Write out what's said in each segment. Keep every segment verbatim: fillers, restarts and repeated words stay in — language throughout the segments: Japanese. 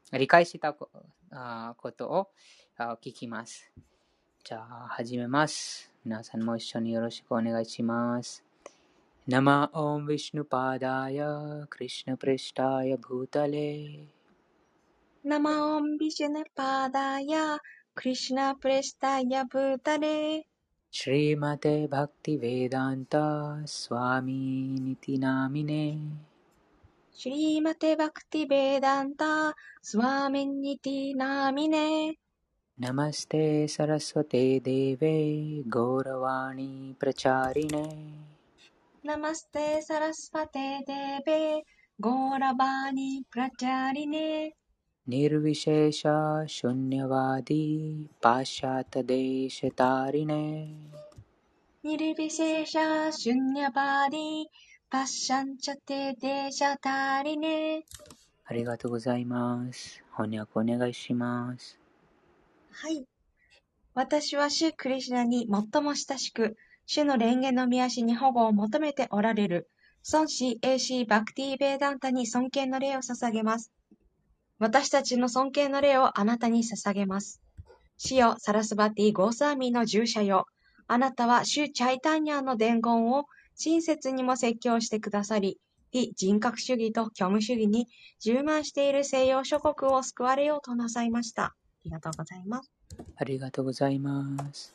理解したこ、あことをあ聞きます。じゃあ始めます。皆さんも一緒によろしくお願いします。ナマオンヴィシュヌパダヤクリシュナプレシタヤブータレナマオンビシュネパーダーヤ、クリシュナプレシタヤブータレ、 シリマテバクティヴェダンタスワミニティナミネシュリーマテバクティベーダンタ、スワーメンニティナーミネ、 ナマステサラスワテデヴェゴーラワニプラチャリネナマステサラスパテデベ、ゴーラバーニプラチャリネ、 ニルヴィシェシャシュンニャワディパシャタデシャタリネニルビシェシャシュンニャバーディ、パッシャンチャテデシャタリネ。 ありがとうございます。翻訳お願いします。 はい。私は主クリシュナに最も親しく、主の蓮華の御足に保護を求めておられる、孫子 エーシー バクティ・ベーダンタに尊敬の礼を捧げます。私たちの尊敬の礼をあなたに捧げます。主よ、サラスバティ・ゴーサーミーの従者よ。あなたは主チャイタンニャーの伝言を親切にも説教してくださり、非人格主義と虚無主義に充満している西洋諸国を救われようとなさいました。ありがとうございます。 ありがとうございます。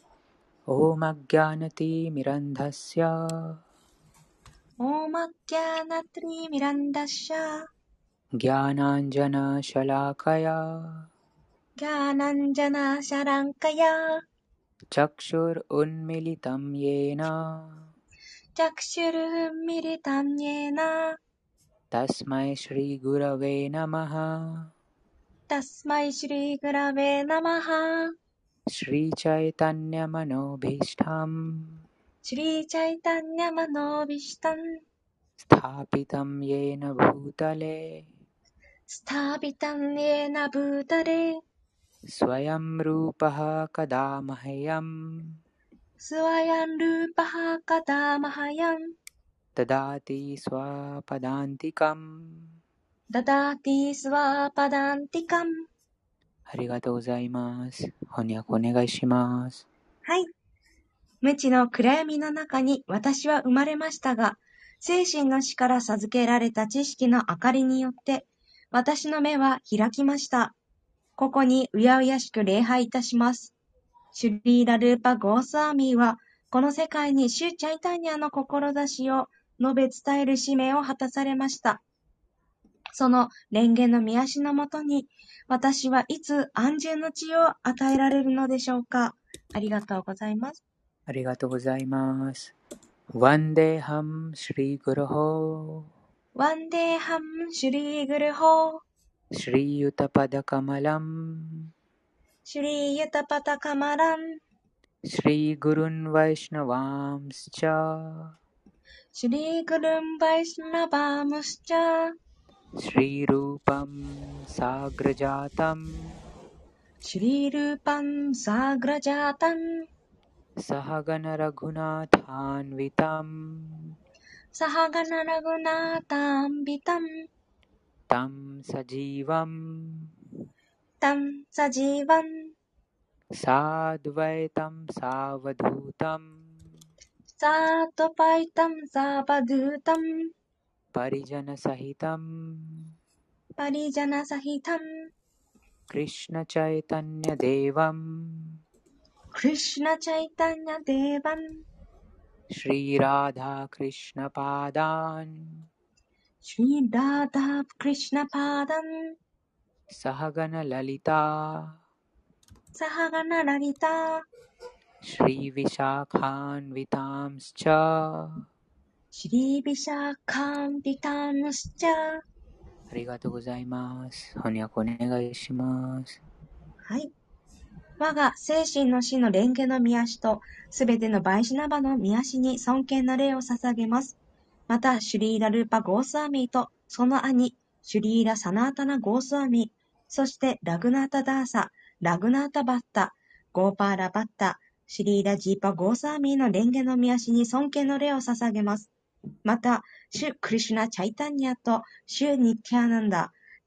オーマギャナティミランダスヤオーマッキャーナトリーミランダッシャー、 ギャナンジャナシャラカヤギャーナンジャナシャランカヤー、 チャクシュルウンミリタムイェナチャクシュルミリタンニェナ、 タスマイシリグラヴェナマハタスマイシリグラベナマハ、 シリチャイタニャマノビシタムシリチャイタンニャマノビシタン、 スタピタムイェナブータレスタビタンニェナブータレ、 スワヤムルーパハカダマハヤムスワヤンルーパハカダマハヤン、 タダティスワパダンティカムダダーティスワパダンティカム。 ありがとうございます。翻訳お願いします。 はい。無知の暗闇の中に私は生まれましたが、精神の死から授けられた知識の明かりによって、私の目は開きました。ここにうやうやしく礼拝いたします。シュリーラ・ルーパ・ゴースワーミーは、この世界にシュ・チャイタニャの志を述べ伝える使命を果たされました。その蓮華の御足のもとに、私はいつ安住の地を与えられるのでしょうか。ありがとうございます。 ありがとうございます。ワンデーハムシリーグルホワンデーハムシュリーグルホー、 ーシリーユタパダカマラムシュリーユタパタカマラン、 シリーグルンワイシナワームスチャーシュリーグルンバイスナバームスチャー、 シリールーパムサグラジャータムシュリールーパンサーグラジャータン、 サハガナラグナタンヴィタムサハガナラグナータンビタン、 タムサジーワムタンサジーワン、 サードヴァイタムサーヴァドゥータムサートパイタンサーバドゥータン、 パリジャナサヒタムパリジャナサヒタン、 クリシュナチャイタニャデーバムクリシュナチャイタニャデーバン、 シリーラダークリシュナパダンシュリーラーダークリシュナパーダン、 サハガナラリタサハガナラリタ、 シリーヴィシャカーンヴィタムスチャーシリービシャーカンビタンスチャー。 ありがとうございます。翻訳お願いします。 はい。我が精神の死の蓮華の御足と、すべてのバイシナバの御足に尊敬の礼を捧げます。また、シュリーラ・ルーパ・ゴースワミーと、その兄、シュリーラ・サナータナ・ゴースワミー、そしてラグナータ・ダーサ、ラグナータ・バッタ、ゴーパーラ・バッタ、シュリーラ・ジーパ・ゴースワミーの蓮華の御足に尊敬の礼を捧げます。また、シュ・クリシュナ・チャイタンニャと、シュ・ニッティアナンダ、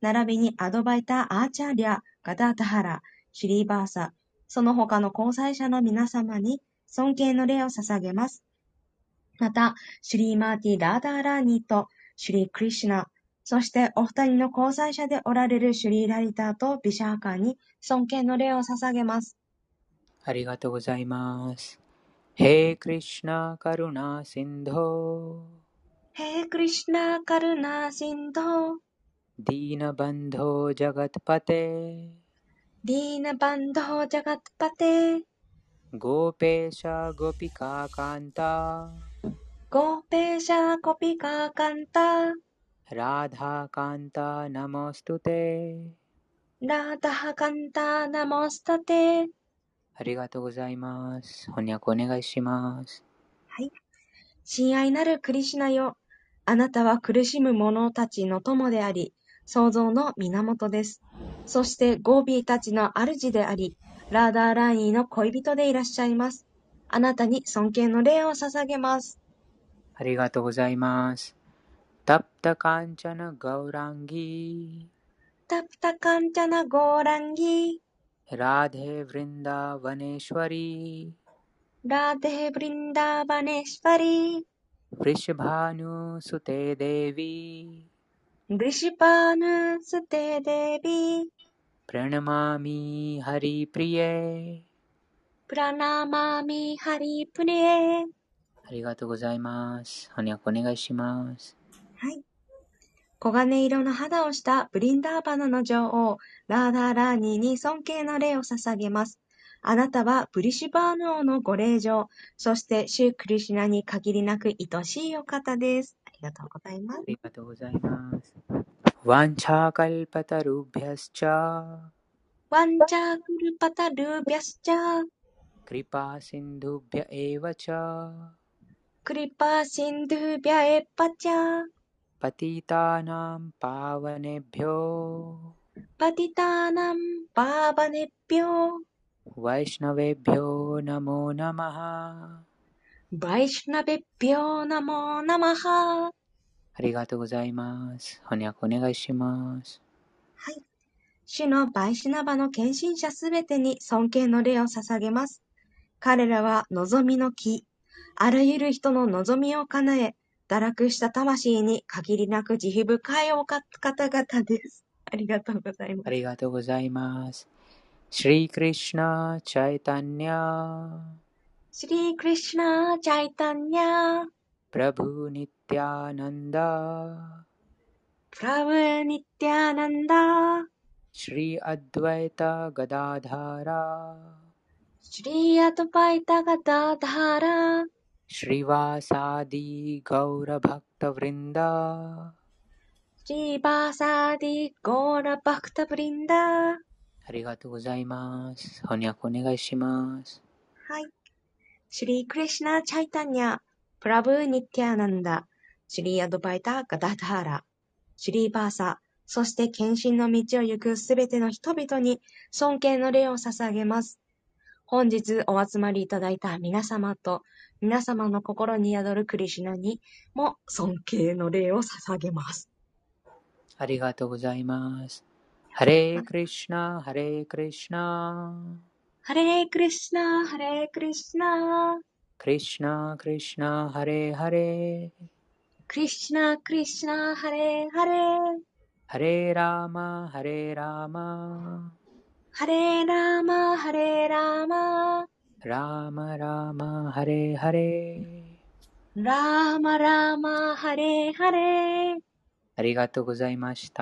並びにアドバイター・アーチャーリャ、ガダータハラ、シュリーバーサ、その他の交際者の皆様に尊敬の礼を捧げます。また、シュリーマーティ・ラーダーラーニーとシュリー・クリシュナ、そしてお二人の交際者でおられるシュリー・ラリターとビシャーカーに尊敬の礼を捧げます。 ありがとうございます。へイクリシュナカルナシンドへイクリシュナカルナシンドディーナバンドジャガトパテディーナバンドジャガトパテゴーペーシャゴピカカンタゴーペーシャコピカカンタラダカンタナモストテラダハカンタナモスタテ。 ありがとうございます。翻訳お願いします。 はい。親愛なるクリシュナよ。あなたは苦しむ者たちの友であり、創造の源です。そしてゴービーたちの主であり、ラーダーラーニーの恋人でいらっしゃいます。あなたに尊敬の礼を捧げます。 ありがとうございます。タプタカンチャナガウランギタプタカンチャナゴーランギラデヴリンダヴァネシュワリラデブリンダーバネシュパリヴリシュバヌステデビブリシュパーヌステデビプラナマミハリプリエプラナマミハリプリエ。 ありがとうございます。翻訳お願いします。 はい。黄金色の肌をしたブリンダーバナの女王、ラーダーラーニーに尊敬の礼を捧げます。あなたはブリシュバーヌ王のご令嬢、そしてシュークリシュナに限りなく愛しいお方です。ありがとうございます。 ありがとうございます。ワンチャーカルパタルビャスチャワンチャークルパタルビャスチャークリパシンドゥビャエワチャクリパーシンドゥビャエパチャーパティタナムパワネビョパティターナムパーバネピョワイシナベビョナモナマハバイシュナベピョナモナマハ。 ありがとうございます。翻訳お願いします。 はい。主のバイシュナバの献身者すべてに尊敬の礼を捧げます。彼らは望みの木、あらゆる人の望みを叶え、堕落した魂に限りなく慈悲深いお方々です。ありがとうございます。 ありがとうございます。シリークリシュナ・チャイタニャシリークリシュナ・チャイタニャプラブニティアナンダプラブニティアナンダシリーアドワイタ・ガダダラシリーアトパイタガダダハラシリワサディ・ガウラ・バクタ・ヴリンダシリバーサーディゴーラバクタブリンダ。 ありがとうございます。翻訳お願いします。 はい。シュリークリシュナ・チャイタニャ、プラブ・ニティアナンダ、シュリー・アドバイタ・ガダダーラ、シュリー・バーサ、そして献身の道を行くすべての人々に尊敬の礼を捧げます。本日お集まりいただいた皆様と皆様の心に宿るクリシュナにも尊敬の礼を捧げます。 ありがとうございます。ハレークリシュナ、ハレークリシュナ。 ハレークリシュナ、ハレークリシュナ。 クリシュナ、クリシュナ、ハレーハレー。 クリシュナ、クリシュナ、ハレーハレー。 ハレーラーマ、ハレーラーマ。 ハレーラーマ、ハレーラーマ。 ラーマ、ラーマ、ハレーハレー。 ラーマ、ラーマ、ハレーハレー。 ありがとうございました。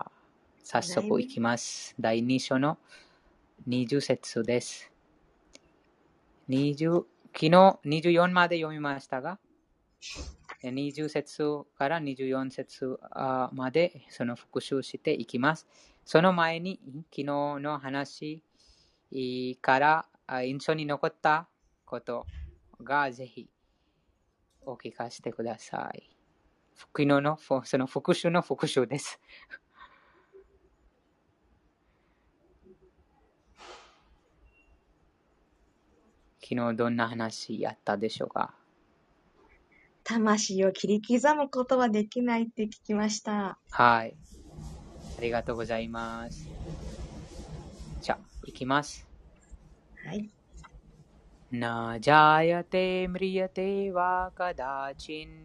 早速いきます。だいに章のにじゅう節です。にじゅう昨日にじゅうよんまで読みましたが、にじゅう節からにじゅうよん節までその復習していきます。その前に昨日の話から印象に残ったことがぜひお聞かせてください。昨日のその復習の復習です。昨日どんな話やったでしょうか。 魂を切り刻むことはできないって聞きました。 はい。 りがとうございます。じゃあ、いきます。 はい。 なジャヤテムリヤテワカダチン。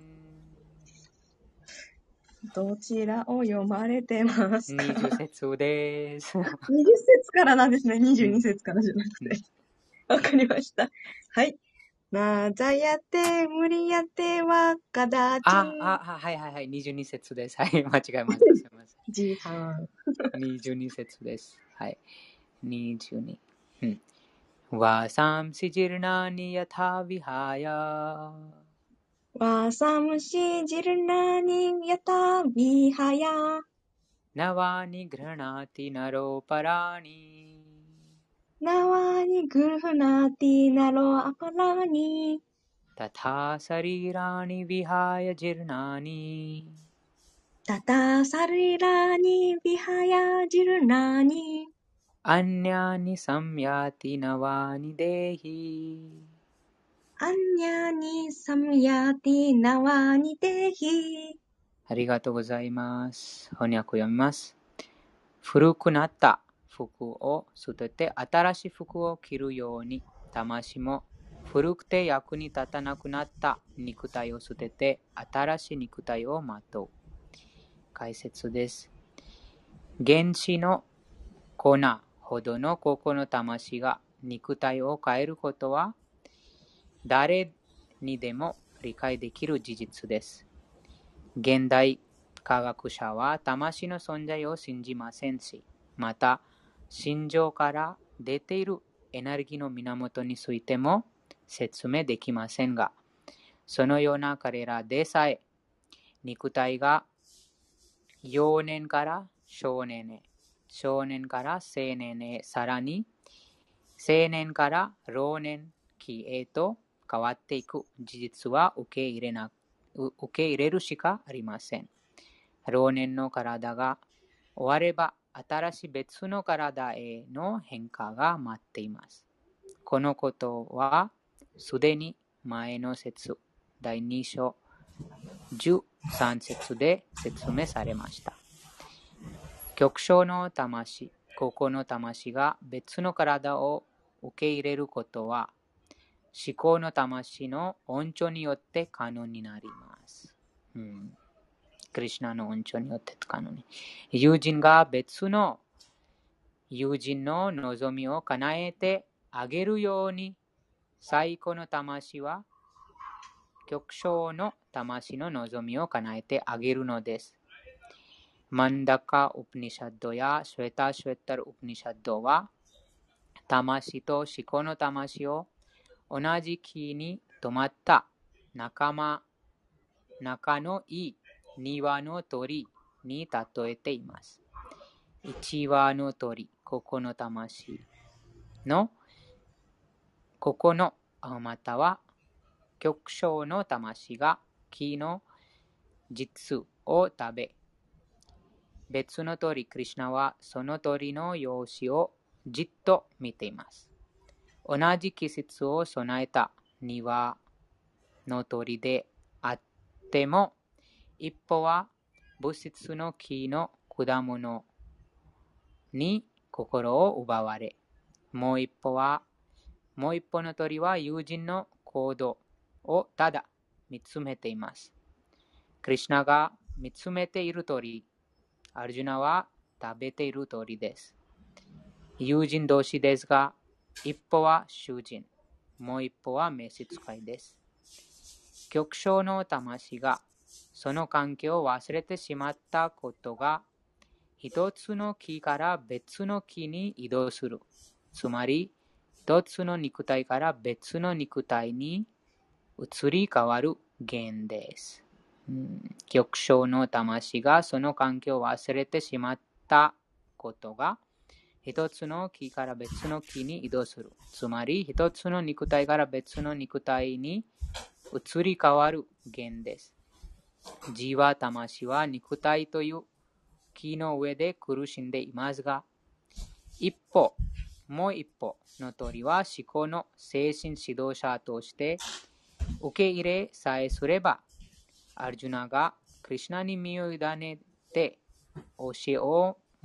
どちらを読まれてますか？ にじゅう節です。 にじゅっ節からなんですね。にじゅうに節からじゃなくて。わかりました。はい。なざやて、無理やては、かだちあ、 ん。 あ、あはいはいはい。にじゅうに節です。はい、間違えました。すみません。 じはん。 にじゅうに節です。はい。にじゅうに。うん。わさんしじるなにやたびはや。 わさむしじるなにやたびはや。 なわにぐらなてなろぱらに。 なわにぐるなてなろあぱらに。 たたさりらにびはやじるなに。 たたさりらにびはやじるなに。 アンニャにサムヤティナワニデヒ。 アンニャにサムヤティナワニデヒ。 ありがとうございます。翻訳読みます。古くなった服を捨てて新しい服を着るように、魂も古くて役に立たなくなった肉体を捨てて新しい肉体をまとう。解説です。原子の粉ほどの個々の魂が肉体を変えることは誰にでも理解できる事実です。現代科学者は魂の存在を信じませんし、また心情から出ているエネルギーの源についても説明できませんが、そのような彼らでさえ肉体が幼年から少年へ、少年から青年へ、さらに青年から老年期へと変わっていく事実は受け入れな、受け入れるしかありません。老年の体が終われば新しい別の体への変化が待っています。このことはすでに前の節だいに章じゅうさん節で説明されました。極小の魂、個々の魂が別の体を受け入れることは思考の魂の恩寵によって可能になります。うん、クリシュナの恩寵によって可能に。友人が別の友人の望みを叶えてあげるように、最高の魂は極小の魂の望みを叶えてあげるのです。マンダカ・ウプニシャッドやシュエタ・シュエタル・ウプニシャッドは魂と思考の魂を同じ木に止まった仲間、仲のいい庭の鳥に例えています。一羽の鳥、ここの魂の、ここのまたは極小の魂が木の実を食べ、別の鳥、クリシュナはその鳥の容姿をじっと見ています。同じ季節を備えた庭の鳥であっても、一歩は物質の木の果物に心を奪われ、もう一歩は、もう一歩の鳥は友人の行動をただ見つめています。クリシュナが見つめている鳥、アルジュナは食べている鳥です。友人同士ですが、一歩は囚人、もう一歩は召使いです。極小の魂がその関係を忘れてしまったことが、一つの木から別の木に移動する。つまり、一つの肉体から別の肉体に移り変わる原因です。うん、極小の魂がその関係を忘れてしまったことが、一つの木から別の木に移動する。つまり、一つの肉体から別の肉体に移り変わる原因です。ジーワ魂は肉体という木の上で苦しんでいますが、一歩、もう一歩の鳥は思考の精神指導者として受け入れさえすれば、アルジュナがクリシュナに身を委ねて教えを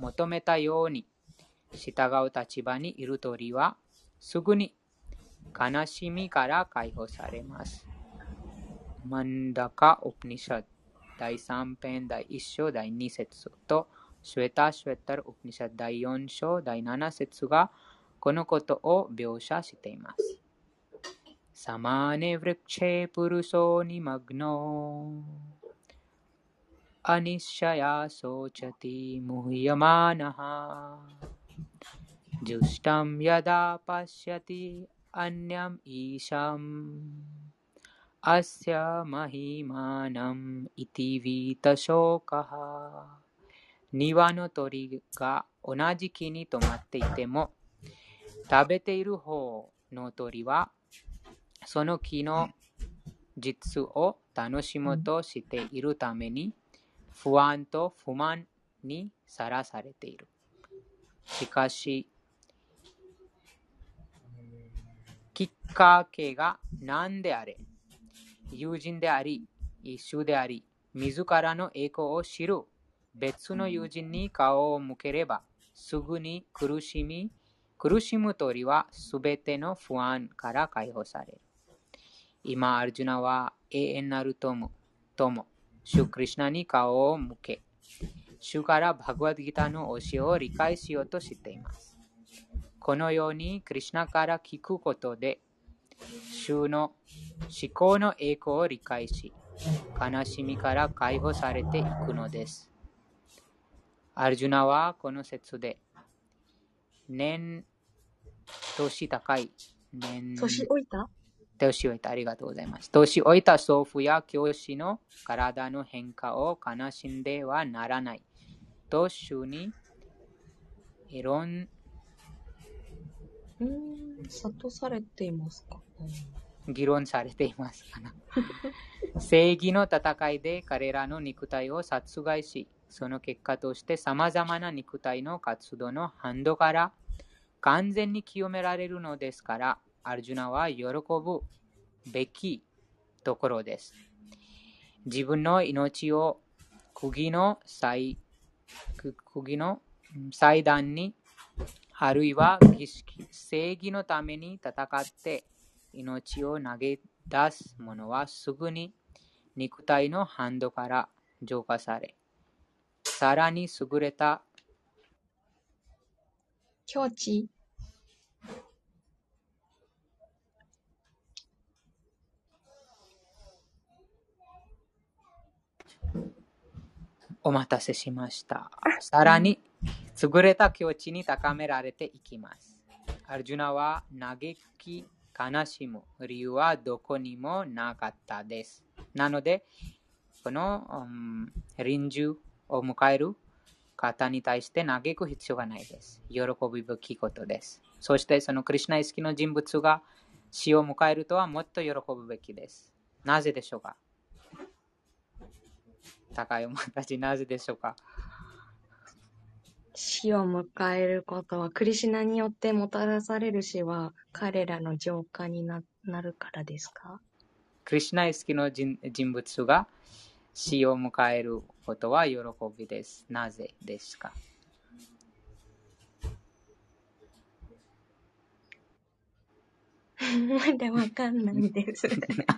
求めたように従う立場にいる鳥はすぐに悲しみから解放されます。マンダカ・ウプニシャッだいさん編だいいっ章だいに節とシュエタ・シュエタル・ウプニシャッだいよん章だいなな節がこのことを描写しています。サマネ・ヴリクチェ・プルソニ・マグノアニッシャヤ・ソチャティ・ムヒヤマナハジュスタム・ヤダ・パッシャティ・アンニャム・イシャムアスヤ・マヒマナム・イティ・ヴィタ・ショーカハ庭の鳥が同じ木に止まっていても食べている方の鳥はその木の実を楽しむとしているために不安と不満にさらされている。しかしきっかけが何であれ友人であり一緒であり自らの栄光を知る別の友人に顔を向ければすぐに苦しみ苦しむ鳥はすべての不安から解放される。今、アルジュナは永遠なる友、友、シュクリシュナに顔を向け、主からバグワッドギターの教えを理解しようとしています。このように、クリシュナから聞くことで、主の思考の栄光を理解し、悲しみから解放されていくのです。アルジュナはこの説で、年、年高い、年、 年老いた年老いた、ありがとうございます。年老いた祖父や教師の体の変化を悲しんではならないと主に論うーん、諭されていますか、 うん、議論されていますかな。正義の戦いで彼らの肉体を殺害し、その結果として様々な肉体の活動のハンドから完全に清められるのですから、アルジュナは喜ぶべきところです。自分の命を釘の祭釘の祭壇にあるいは儀式正義のために戦って命を投げ出す者はすぐに肉体のハンドから浄化され、さらに優れた境地お待たせしました。さらに優れた境地に高められていきます。アルジュナは嘆き悲しむ理由はどこにもなかったです。なので、この、うん、臨終を迎える方に対して嘆く必要がないです。喜びべきことです。そしてそのクリシュナ意識の人物が死を迎えるとはもっと喜ぶべきです。なぜでしょうか？高いおまたち、なぜでしょうか？ 死を迎えることは、クリシュナによってもたらされる死は彼らの浄化に な, なるからですか？ クリシュナ意識の 人, 人物が死を迎えることは喜びです。なぜですか？ まだわかんないです。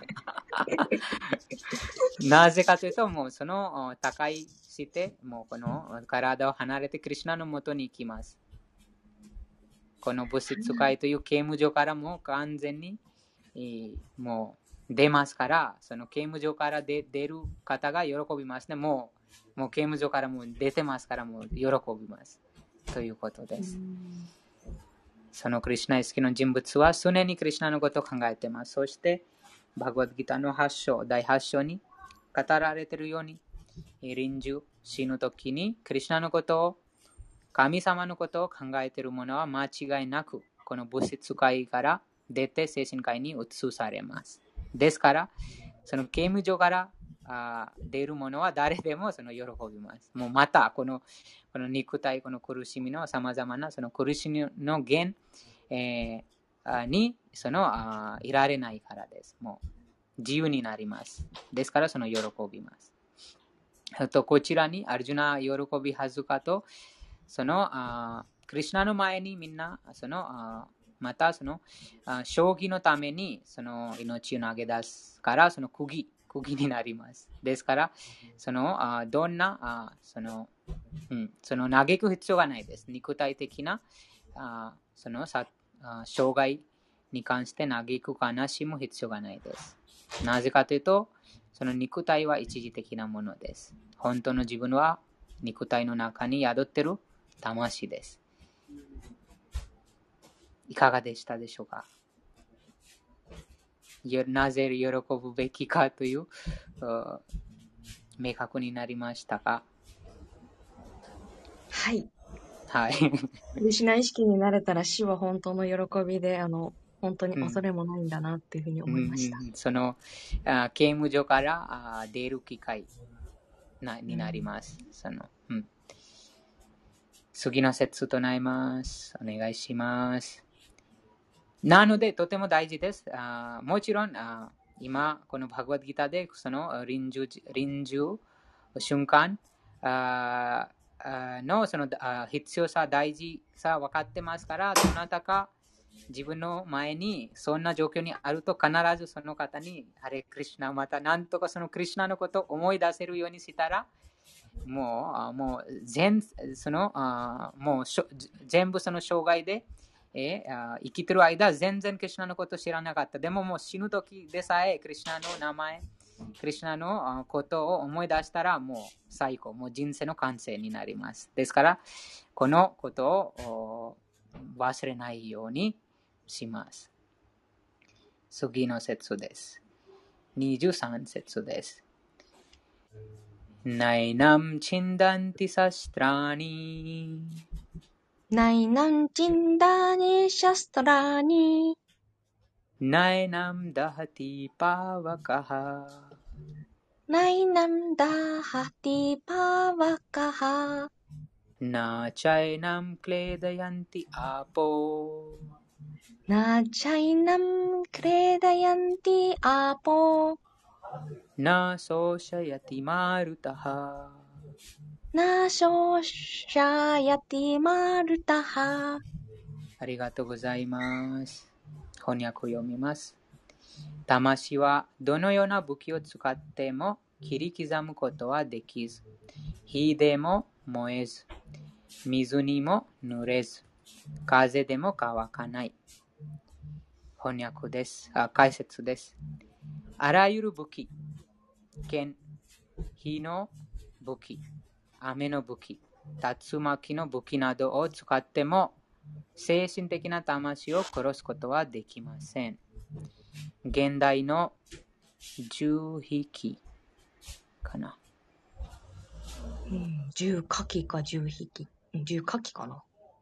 なぜかというと、もうその高いして、もうこの体を離れてクリシュナのもとに行きます。この物質界という刑務所からも完全に、えー、もう出ますから、その刑務所から出る方が喜びますね。もう、もう刑務所からもう出てますから、もう喜びます。ということです。そのクリシュナ意識の人物は常にクリシュナのことを考えています。そして、バグワッドギターのはち章、だいはち章に語られているように、臨終、死ぬときにクリシュナのことを、神様のことを考えている者は間違いなく、この物質界から出て精神界に移されます。ですから、その刑務所からあ出る者は誰でもその喜びます。もうまたこの、この肉体、この苦しみのさまざまなその苦しみの源、えー、にそのあいられないからです。もう自由になります。ですからその喜びます。あとこちらにアルジュナ喜びはずかとそのあクリシュナの前にみんなそのあまたそのあ将棋のためにその命を投げ出すからその釘釘になります。ですからそのあどんなあその、うん、その嘆く必要がないです。肉体的なあそのさあ障害に関して嘆く悲しむ必要がないです。なぜかというとその肉体は一時的なものです。本当の自分は肉体の中に宿っている魂です。いかがでしたでしょうか。なぜ喜ぶべきかという明確になりましたか。 はい。 はい。 クリシュナ意識になれたら死は本当の喜びで、あの、本当に恐れもないんだなっていうふうに思いました。 うんうん、そのあ刑務所からあ出る機会なになります。うん、そのうん、次の説となります。お願いします。なので、とても大事です。あもちろんあ、今、このバグワッドギターで、その臨終、臨終瞬間あのそのあ必要さ、大事さ分かってますから、どなたか自分の前にそんな状況にあると必ずその方にハレクリシュナ、またなんとかそのクリシュナのことを思い出せるようにしたら、もう、もう全そのあもうしょ全部その生涯で、えー、生きてる間、全然クリシュナのことを知らなかった。でももう死ぬ時でさえ、クリシュナの名前、クリシュナのことを思い出したら、もう最高、もう人生の完成になります。ですから、このことを忘れないようにします。次の節です。にじゅうさん節です。Nainam chindanti sastrani Nainam chindani shastrani Nainam dahati pavakaha Nainam dahati pavakaha Na chainam kledayanti apo Na chainam kredayanti apo Na soshayati marutaha Na shoshayati marutaha。 ありがとうございます。翻訳を読みます。魂はどのような武器を使っても切り刻むことはできず、火でも燃えず、水にも濡れず、風でも乾かない。翻訳です。あ、解説です。あらゆる武器、剣、火の武器、雨の武器、竜巻の武器などを使っても精神的な魂を殺すことはできません。現代の銃引かな。 うん、銃火器か銃引き。銃火器かな。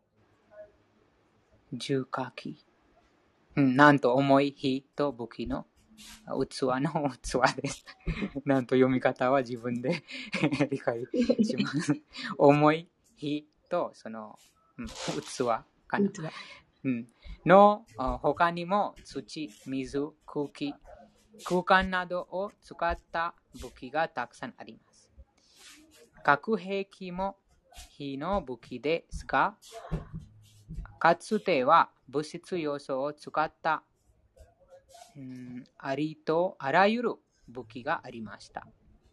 銃火器。うん、なんと重い火と武器の器の器です。なんと読み方は自分で理解します。重い火とその、うん、器かな。うん、の他にも土、水、空気、空間などを使った武器がたくさんあります。核兵器も火の武器ですが、かつては物質要素を使った、うん、ありとあらゆる武器がありました。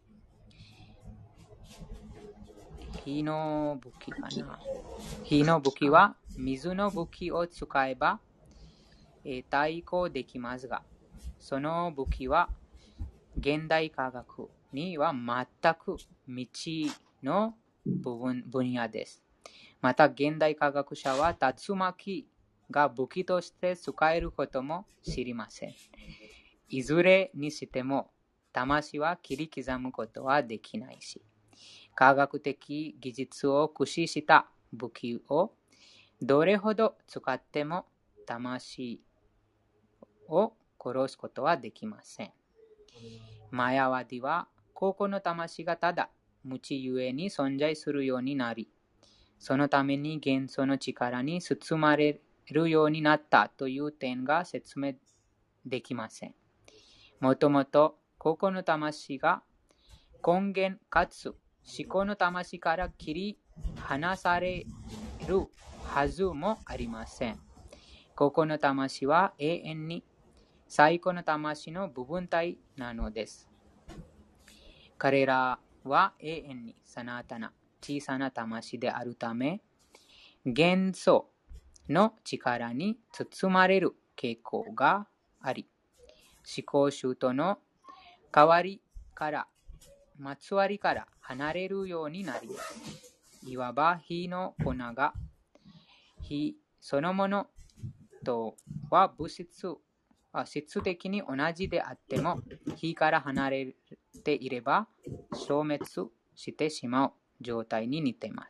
火の武器かな。火の武器は水の武器を使えば、えー、対抗できますが、その武器は現代科学には全く未知の部分分野です。また現代科学者は竜巻が武器として使えることも知りません。いずれにしても魂は切り刻むことはできないし、科学的技術を駆使した武器をどれほど使っても魂を殺すことはできません。マヤワディは個々の魂がただ無知ゆえに存在するようになり、そのために元素の力に包まれるようになったという点が説明できません。もともと個々の魂が根源かつ思考の魂から切り離されるはずもありません。ここの魂は永遠に最高の魂の部分体なのです。彼らは永遠にサナタナ、小さな魂であるため、元素の力に包まれる傾向があり、思考集との代わりから、まつわりから離れるようになります。いわば火の粉が火そのものとは物質、質的に同じであっても、火から離れていれば消滅してしまう状態に似ています。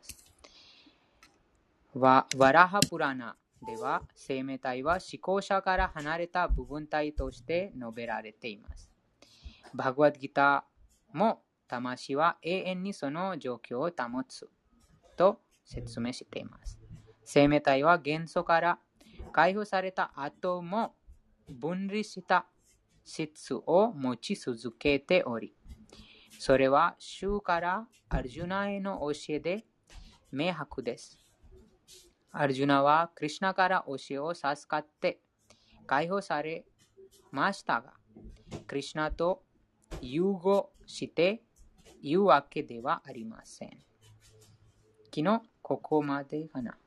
ワラハプラナでは、生命体は思考者から離れた部分体として述べられています。バグワッドギターも、魂は永遠にその状況を保つと説明しています。生命体は元素から解放された後も分離した質を持ち続けており、それは主からアルジュナへの教えで明白です。アルジュナはクリシュナから教えを授かって解放されましたが、クリシュナと融合しているわけではありません。昨日ここまでかな。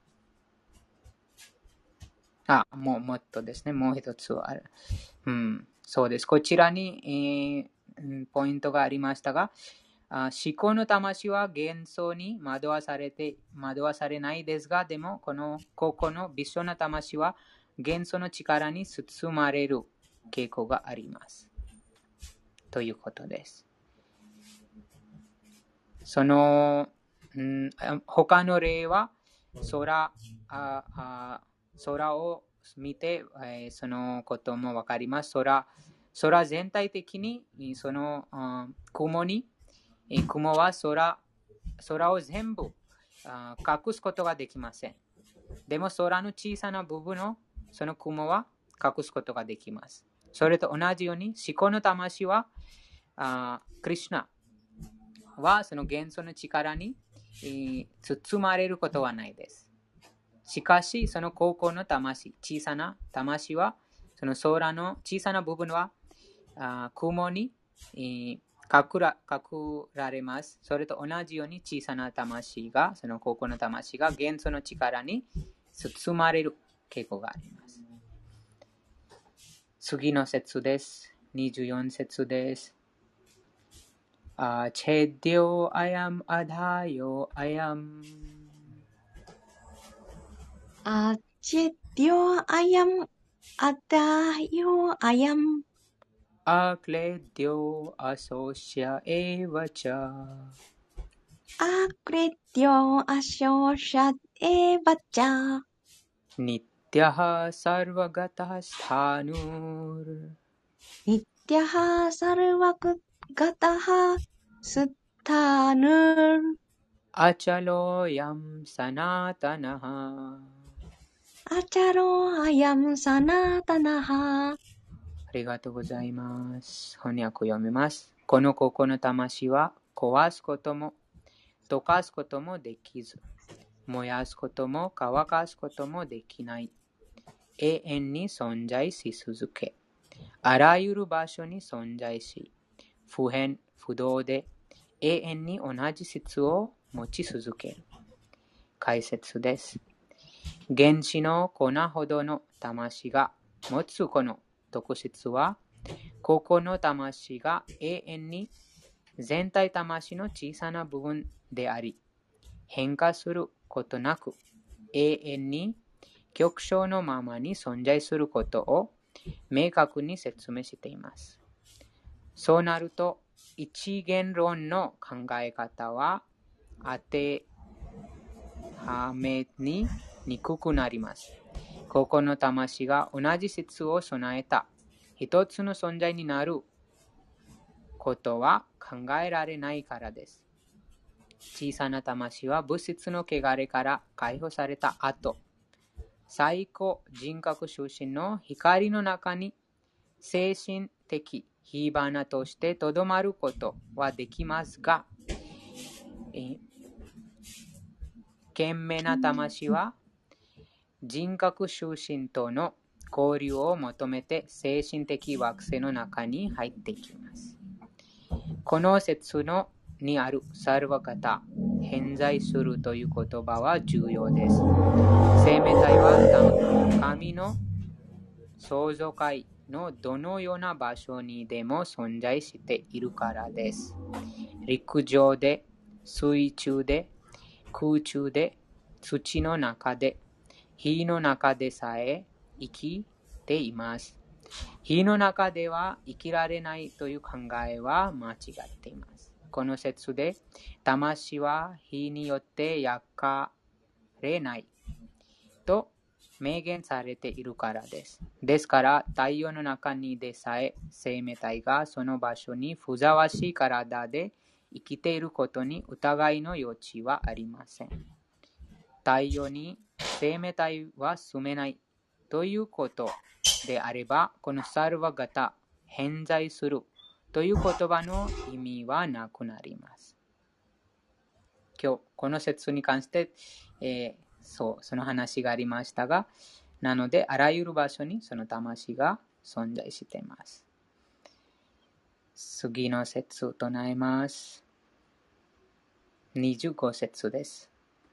あ、もうもっとですね。もう一つある。うん、そうです。こちらに、えー、ポイントがありましたが、あ思考の魂は元素に惑わされて、惑わされないですが、でも、この、ここの微小な魂は元素の力に包まれる傾向があります。ということです。その、うん、他の例は、空、ああ空を見て、えー、そのこともわかります。空、空全体的に、その、あ雲に、雲は空、空を全部あ隠すことができません。でも空の小さな部分をその雲は隠すことができます。それと同じように、思考の魂は、あクリシュナはその元素の力に、えー、包まれることはないです。しかし、その高校の魂、小さな魂は、その空の小さな部分は、あ雲に、えー、隠ら、隠られます。それと同じように小さな魂が、その高校の魂が元素の力に包まれる傾向があります。次の節です。にじゅうよん節です。あチェディオアヤムアダヨアヤムアチェディオアヤムアダヨアヤムアクレディオアソシャエヴァチャアクレディオアショシャエヴァチャニティハサルワガタスタヌーニティハサルワクガタハスタヌーアチャロヤムサナタナハアチャロアヤムサナタナハ。 ありがとうございます。翻訳を読みます。このここの魂は壊すことも溶かすこともできず、燃やすことも乾かすこともできない。永遠に存在し続け、あらゆる場所に存在し、不変不動で永遠に同じ質を持ち続ける。解説です。原子の粉ほどの魂が持つこの特質は、ここの魂が永遠に全体魂の小さな部分であり、変化することなく永遠に極小のままに存在することを明確に説明しています。そうなると、一元論の考え方は当てはめにくくなります。ここの魂が同じ質を備えた一つの存在になることは考えられないからです。小さな魂は物質の汚れから解放された後、最高人格出身の光の中に精神的火花としてとどまることはできますが、え賢明な魂は人格終身との交流を求めて精神的惑星の中に入っていきます。この説のにあるサルバガタ、偏在するという言葉は重要です。生命体は神の創造界のどのような場所にでも存在しているからです。陸上で、水中で、空中で、土の中で、火の中でさえ生きています。火の中では生きられないという考えは間違っています。この説で、魂は火によって焼かれないと明言されているからです。ですから、太陽の中にでさえ生命体がその場所にふさわしい体で生きていることに疑いの余地はありません。太陽に生命体は住めないということであれば、このサルバガタ、偏在するという言葉の意味はなくなります。今日、この説に関して、えー、そう、その話がありましたが、なので、あらゆる場所にその魂が存在しています。次の説を唱えます。にじゅうご節です。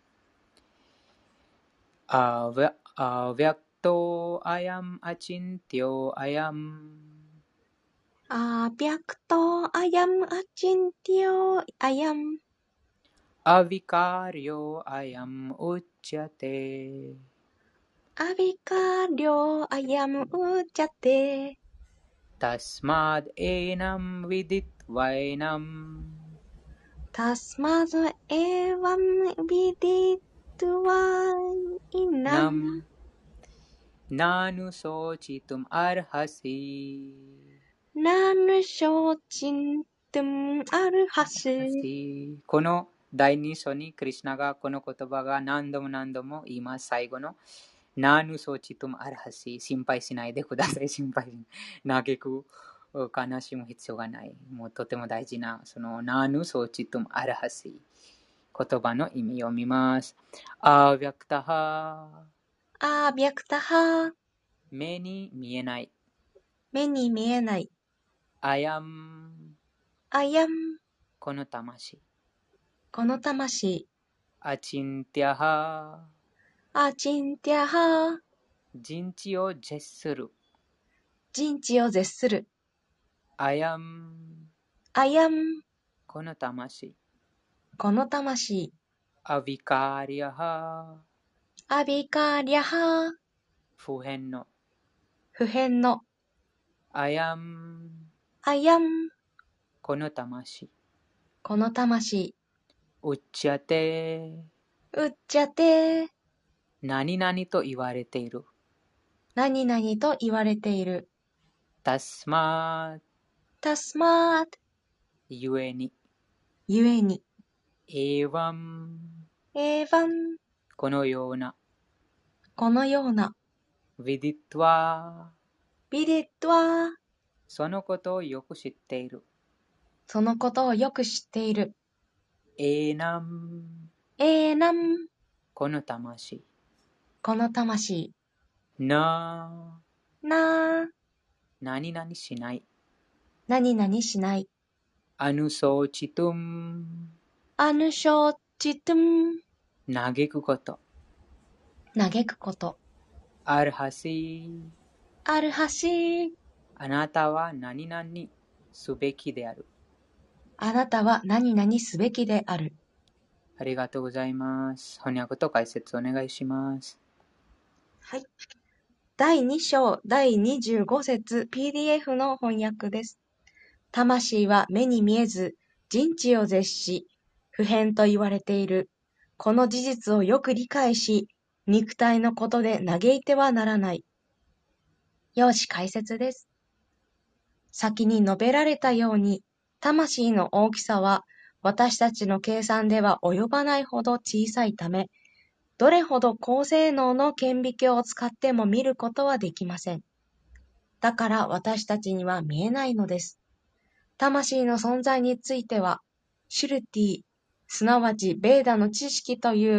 アヴァクトアヤムアチンティオアヤムアビャクトアヤムアチンティオアヤムアヴィカリョアヤムウッチャテアビカリョアヤムウチャテタスマドエナムヴィディトワエナムタスマドエワムビディトワイナムナヌソチトムアルハシナヌショチントムアルハシ。 この第二章にクリシュナがこの言葉が何度も何度も言います。最後のナヌソチトムアルハシ、心配しないでください。心配しない。嘆く、悲しむ必要がない。もうとても大事なそのナヌソチトムアルハシ、言葉の意味を見ます。アヴァクタハ、 アビャクタハ、 目に見えない。 目に見えない。 アヤム、 アヤム、 この魂。 この魂。 アチンティアハ、 アチンティアハ、 人知を絶する。 人知を絶する。 アヤム、 アヤム、 この魂。 この魂。 アヴィカリアハ、 アビカリャハ、 普遍の。 普遍の。 アヤム、 アヤム、 この魂。 この魂。 ウッチャテ、 うっちゃて、 何々と言われている。 何々と言われている。 タスマー、 タスマート、 ゆえに。 ゆえに。 エヴァン、 エヴァン、 このような。 このような。 ヴィディトワ、 ビディトワ、 そのことをよく知っている。 そのことをよく知っている。 エーナム、 エーナム、 この魂。 この魂。 な、 な、 何々しない。 何々しない。 アヌソーチトゥム、 アヌショーチトゥム、 嘆くこと。 嘆くこと。 アルハシ、 アルハシー、 あなたは何々すべきである。 あなたは何々すべきである。 ありがとうございます。翻訳と解説お願いします。 はい。だいに章だいにじゅうご節 ピーディーエフ の翻訳です。魂は目に見えず、人知を絶し、不変と言われている。この事実をよく理解し、肉体のことで嘆いてはならない。用紙解説です。先に述べられたように、魂の大きさは私たちの計算では及ばないほど小さいため、どれほど高性能の顕微鏡を使っても見ることはできません。だから私たちには見えないのです。魂の存在については、シュルティ、すなわちベーダの知識という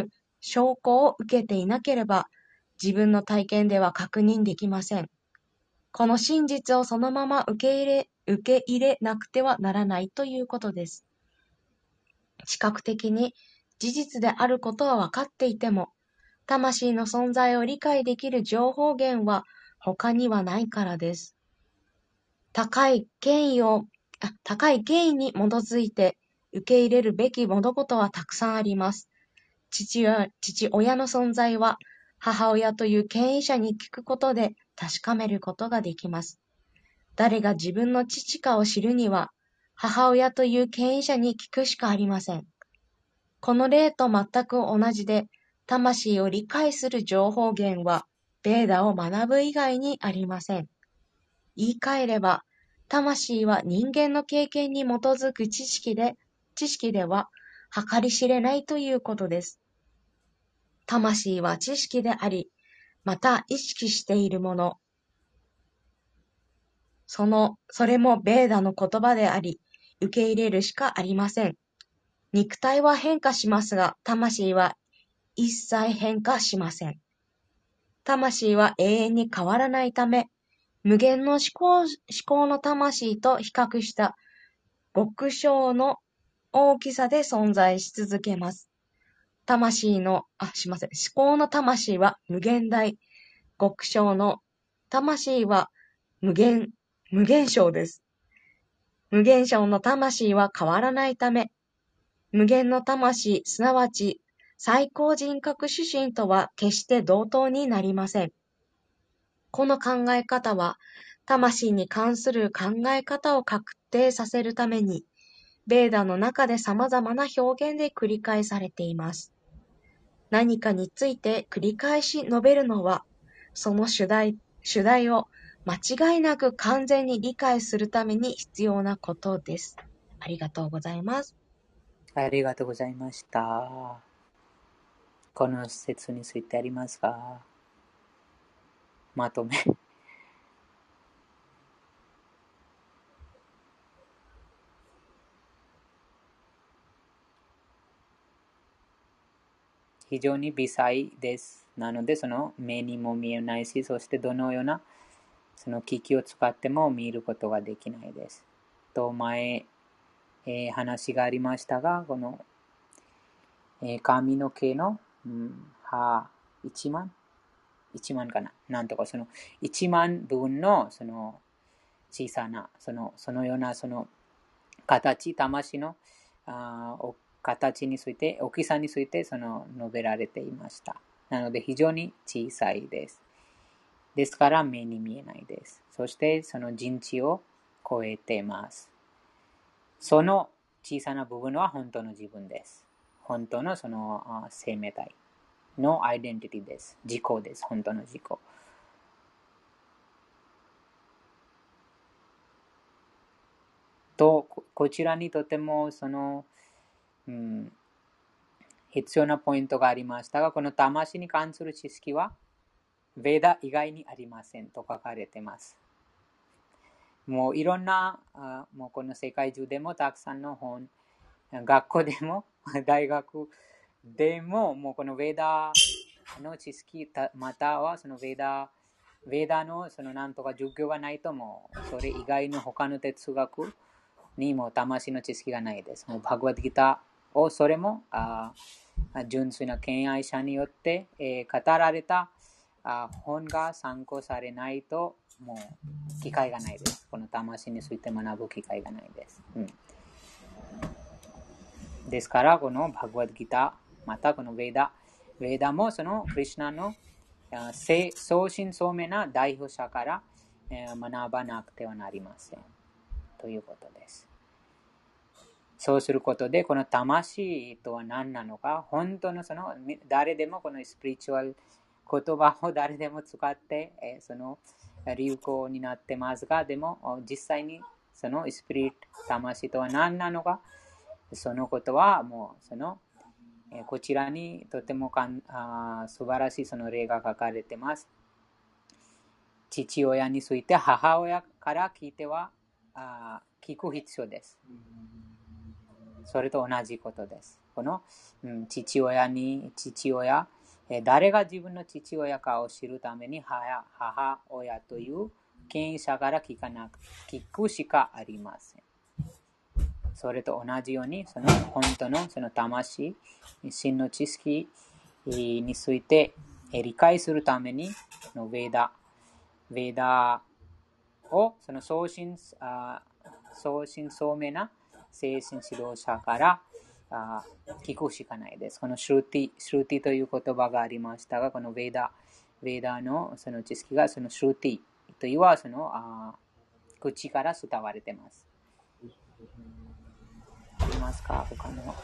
証拠を受けていなければ、自分の体験では確認できません。この真実をそのまま受け入れ、受け入れなくてはならないということです。視覚的に事実であることは分かっていても、魂の存在を理解できる情報源は他にはないからです。高い権威を、あ高い権威に基づいて受け入れるべき物事はたくさんあります。父親、父親の存在は母親という権威者に聞くことで確かめることができます。誰が自分の父かを知るには、母親という権威者に聞くしかありません。この例と全く同じで、魂を理解する情報源は、ベーダを学ぶ以外にありません。言い換えれば、魂は人間の経験に基づく知識で、知識では計り知れないということです。魂は知識であり、また意識しているもの。その、それもベーダの言葉であり、受け入れるしかありません。肉体は変化しますが、魂は一切変化しません。魂は永遠に変わらないため、無限の思考、思考の魂と比較した極小の大きさで存在し続けます。魂の、あ、しません。思考の魂は無限大。極小の魂は無限、無限小です。無限小の魂は変わらないため、無限の魂、すなわち最高人格主神とは決して同等になりません。この考え方は、魂に関する考え方を確定させるために、ベーダの中で様々な表現で繰り返されています。何かについて繰り返し述べるのは、その主題、主題を間違いなく完全に理解するために必要なことです。ありがとうございます。 ありがとうございました。この説についてありますか？まとめ。非常に微細です。なので、その目にも見えないし、そしてどのようなその機器を使っても見ることができないです。と、前、えー、話がありましたが、この、えー、髪の毛の、うん、歯、一万一万かななんとか、その一万分の、その、小さな、その、そのような、その、形、魂の、あ形について、大きさについて、その、述べられていました。なので、非常に小さいです。ですから、目に見えないです。そして、その人知を超えています。その小さな部分は本当の自分です。本当のその生命体のアイデンティティです。自己です。本当の自己。と、こちらにとてもその、うん、必要なポイントがありましたが、この魂に関する知識は、ヴェダ以外にありませんと書かれています。もういろんな、あもうこの世界中でもたくさんの本、学校でも、大学でも、もうこのヴェダの知識、またはそのヴェダ、ヴェダのそのなんとか授業がないと、もうそれ以外の他の哲学にも魂の知識がないです。もうバグワッドギターをそれもあ純粋な敬愛者によって、えー、語られたあ本が参考されないと、もう機会がないです。この魂について学ぶ機会がないです。うん、ですから、このバグワッドギター、またこのヴェダ、ヴェダもそのクリシュナの相信相明な代表者から学ばなくてはなりません。ということです。そうすることで、この魂とは何なのか、本当のその、誰でもこのスピリチュアル言葉を誰でも使って、その流行になってますが、でも実際にそのスピリット、魂とは何なのか、そのことはもうそのこちらにとてもかんあ素晴らしいその例が書かれています。父親について母親から聞いてはあ聞く必要です。それと同じことです。 この、うん、父親に、父親、えー、誰が自分の父親かを知るために母、母親という権威者から聞かなく、聞くしかありません。それと同じように、その本当のその魂、真の知識について理解するために、のヴェダ、ヴェダをその送信、送信聡明な精神指導者から聞くしかないです。このシュルティ、シュルティという言葉がありましたが、このヴェダ、ヴェダのその知識がそのシュルティというはそのあ口から伝われています。ありますか？他の。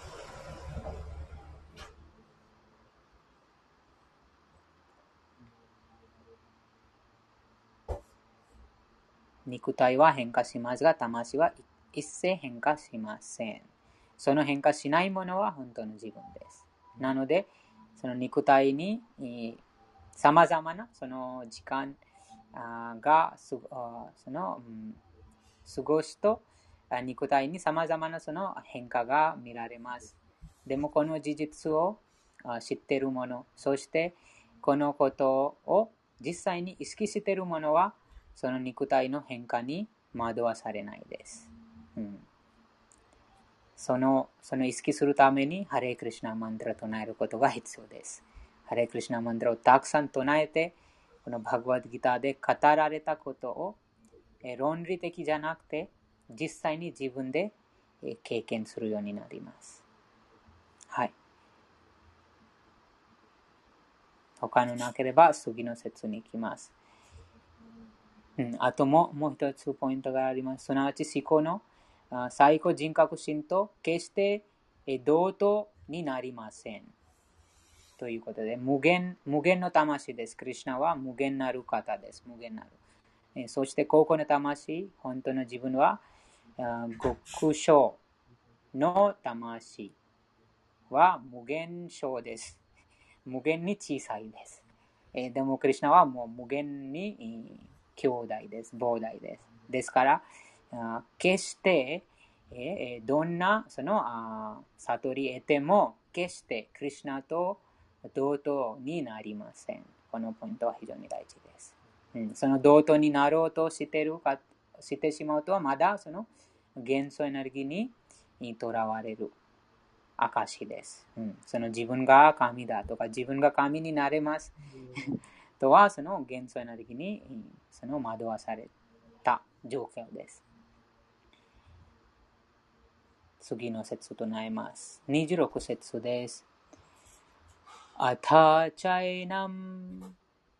肉体は変化しますが、魂は一切変化しません。その変化しないものは本当の自分です。なので、その肉体にさまざまなその時間がその、うん、過ごすと、肉体にさまざまなその変化が見られます。でもこの事実を知っている者、そしてこのことを実際に意識している者は、その肉体の変化に惑わされないです。うん、その、その意識するために、ハレークリシュナマントラを唱えることが必要です。ハレークリシュナマントラをたくさん唱えて、このバガヴァッドギターで語られたことを、え論理的じゃなくて、実際に自分で経験するようになります。はい。他のなければ次の説に行きます。うん、あとももう一つポイントがあります。すなわち思考の最高人格心と決して同等になりません。ということで、無限、無限の魂です。クリシュナは無限なる方です。無限なる。そして、高校の魂、本当の自分は、極小の魂は無限小です。無限に小さいです。でも、クリシュナはもう無限に兄弟です。膨大です。ですから、決して、どんなその悟り得ても、決してクリシュナと同等になりません。このポイントは非常に大事です。うん、その同等になろうとしてるかしてしまうと、まだその元素エネルギーにとらわれる証です。うん、その自分が神だとか、自分が神になれますとは、その元素エネルギーにその惑わされた状況です。次の説となります。にじゅうろく節です。アタチャイナム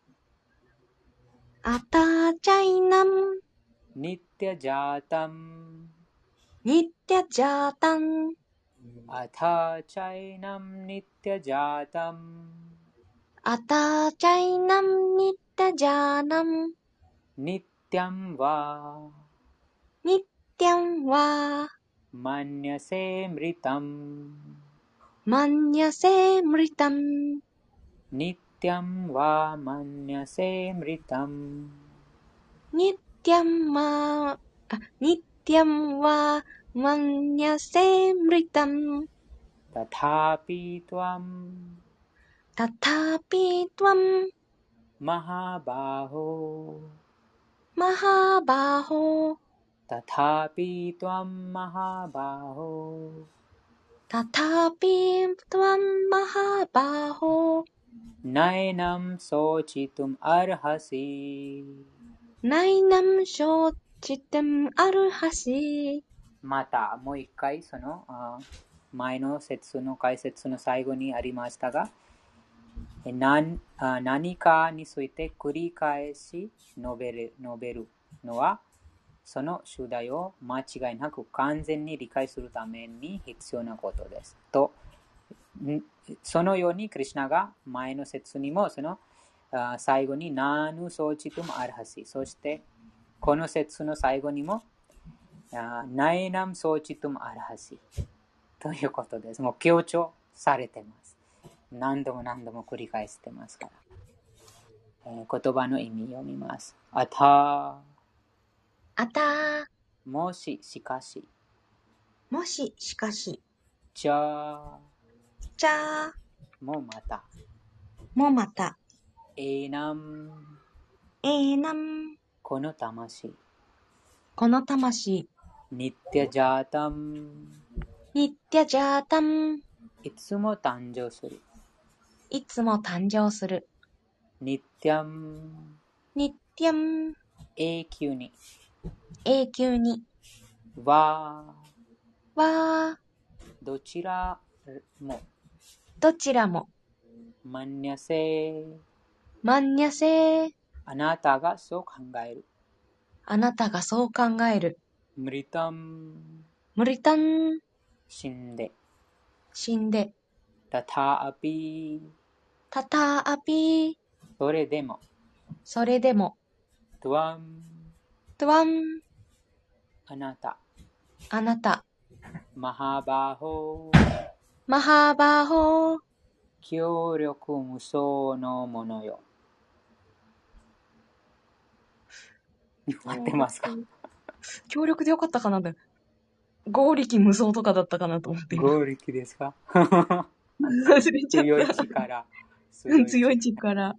アタチャイナムニティジャータムニティジャータムアタチャイナムニティジャータムアタチャイナムニティジャーナムニティムワニティムワマニャセムリタムマニャセムリタムニティムワマニャセムリタムニティムワニティムワマニャセムリタムタタピトワムタタピトワムマハバホマハバホタタピトワムマハバホタタピトワムマハバホナイナムソチトムアルハシナイナムショチテムアルハシまたもう一回その前の説の解説の最後にありましたが、何, 何かについて繰り返し述べる、述べるのはその主題を間違いなく完全に理解するために必要なことですと、そのようにクリシュナが前の説にもその最後にナヌソーチトムアルハシ、そしてこの説の最後にもナイナムソーチトムアルハシということです。もう強調されています。何度も何度も繰り返してますから、えー、言葉の意味を読みます。あたあたもししかしもししかしじゃちゃもまた。 もまた。 エナム、 えーなんこの魂。 この魂。 ニッティジャータム、 ニッティジャータム。 いつも誕生する。 いつも誕生する。 ニッティアム、 ニッティアム。 永久に。 永久に。 わわー。 どちらも。 どちらも。 マンニャセ、 マンニャセー。 あなたがそう考える。 あなたがそう考える。 ムリタム、 ムリタン。 死んで。 死んで。 タタアピ、 タターアピー。 それでも。 それでも。 トゥワン、 トゥワン。 あなた。 あなた。 マハバホ、 マハーバーホー。 協力無双のものよ。合ってますか？ 協力でよかったかなって。合力無双とかだったかなと思って今。 合力ですか？ 忘れちゃ強いった。 力。 強い力。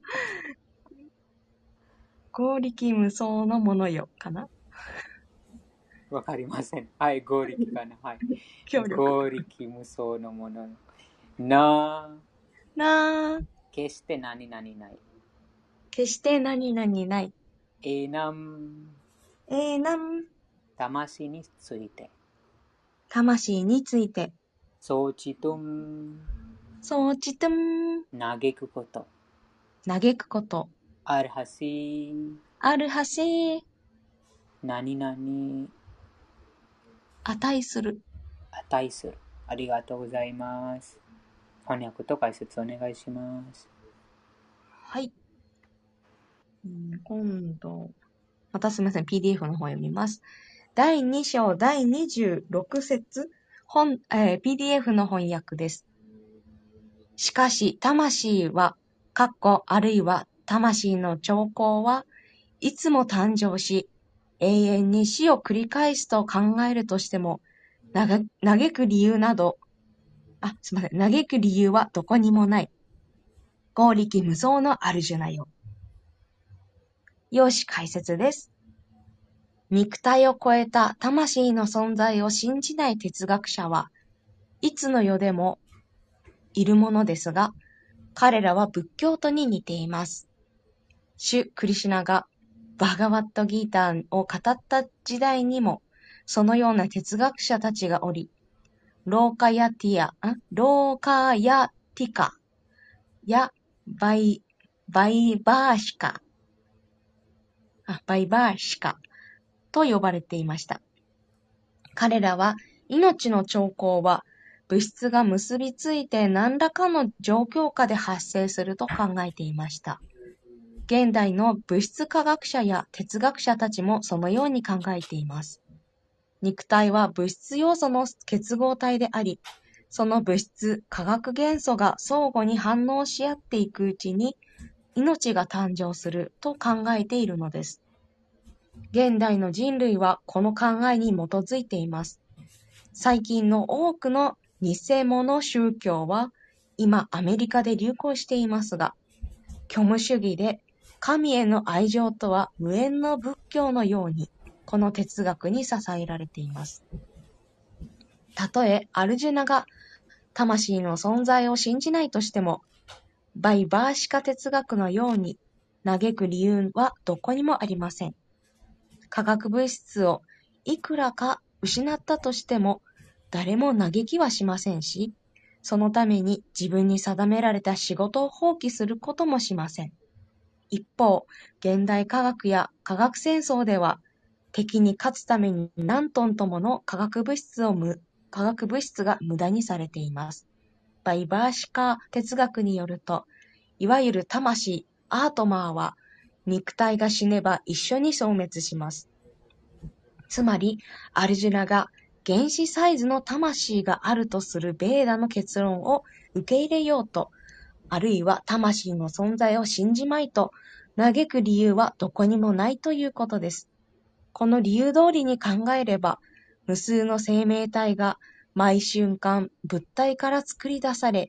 合力無双のものよ。かな？ わかりません。はい、合力かな。はい。 協力。 合力無双のものよ。ななー。 決して何々ない。 決して何々ない。 えなむ、 えーなん魂について。 魂について。 そうちとん、 そうちとん。 嘆くこと。 嘆くこと。 あるはし、 あるはし。 何々、 値する。 値する。ありがとうございます。翻訳と解説お願いします。 はい。うん今度、またすみません。ピーディーエフ の方読みます。だいに章だいにじゅうろく節本、えー ピーディーエフ の翻訳です。しかし、魂は、かっこあるいは魂の兆候はいつも誕生し、永遠に死を繰り返すと考えるとしても、なが嘆く理由など、あ、すみません。嘆く理由はどこにもない。合力無双のアルジュナよ。よし、解説です。肉体を超えた魂の存在を信じない哲学者はいつの世でもいるものですが、彼らは仏教徒に似ています。主クリシュナがバガワットギーターを語った時代にも、そのような哲学者たちがおり、ローカヤティア、んローカヤティカやバイ、バイバーシカ、あ、バイバーシカと呼ばれていました。彼らは命の兆候は物質が結びついて何らかの状況下で発生すると考えていました。現代の物質科学者や哲学者たちもそのように考えています。肉体は物質要素の結合体であり、その物質、化学元素が相互に反応し合っていくうちに命が誕生すると考えているのです。現代の人類はこの考えに基づいています。最近の多くの偽物宗教は今アメリカで流行していますが、虚無主義で神への愛情とは無縁の仏教のようにこの哲学に支えられています。たとえアルジュナが魂の存在を信じないとしても、バイバーシカ哲学のように嘆く理由はどこにもありません。化学物質をいくらか失ったとしても誰も嘆きはしませんし、そのために自分に定められた仕事を放棄することもしません。一方、現代科学や科学戦争では敵に勝つために何トンともの化学物質を無化学物質が無駄にされています。バイバーシカ哲学によると、いわゆる魂、アートマーは肉体が死ねば一緒に消滅します。つまり、アルジュナが原子サイズの魂があるとするベーダの結論を受け入れようと、あるいは魂の存在を信じまいと嘆く理由はどこにもないということです。この理由通りに考えれば、無数の生命体が毎瞬間物体から作り出され、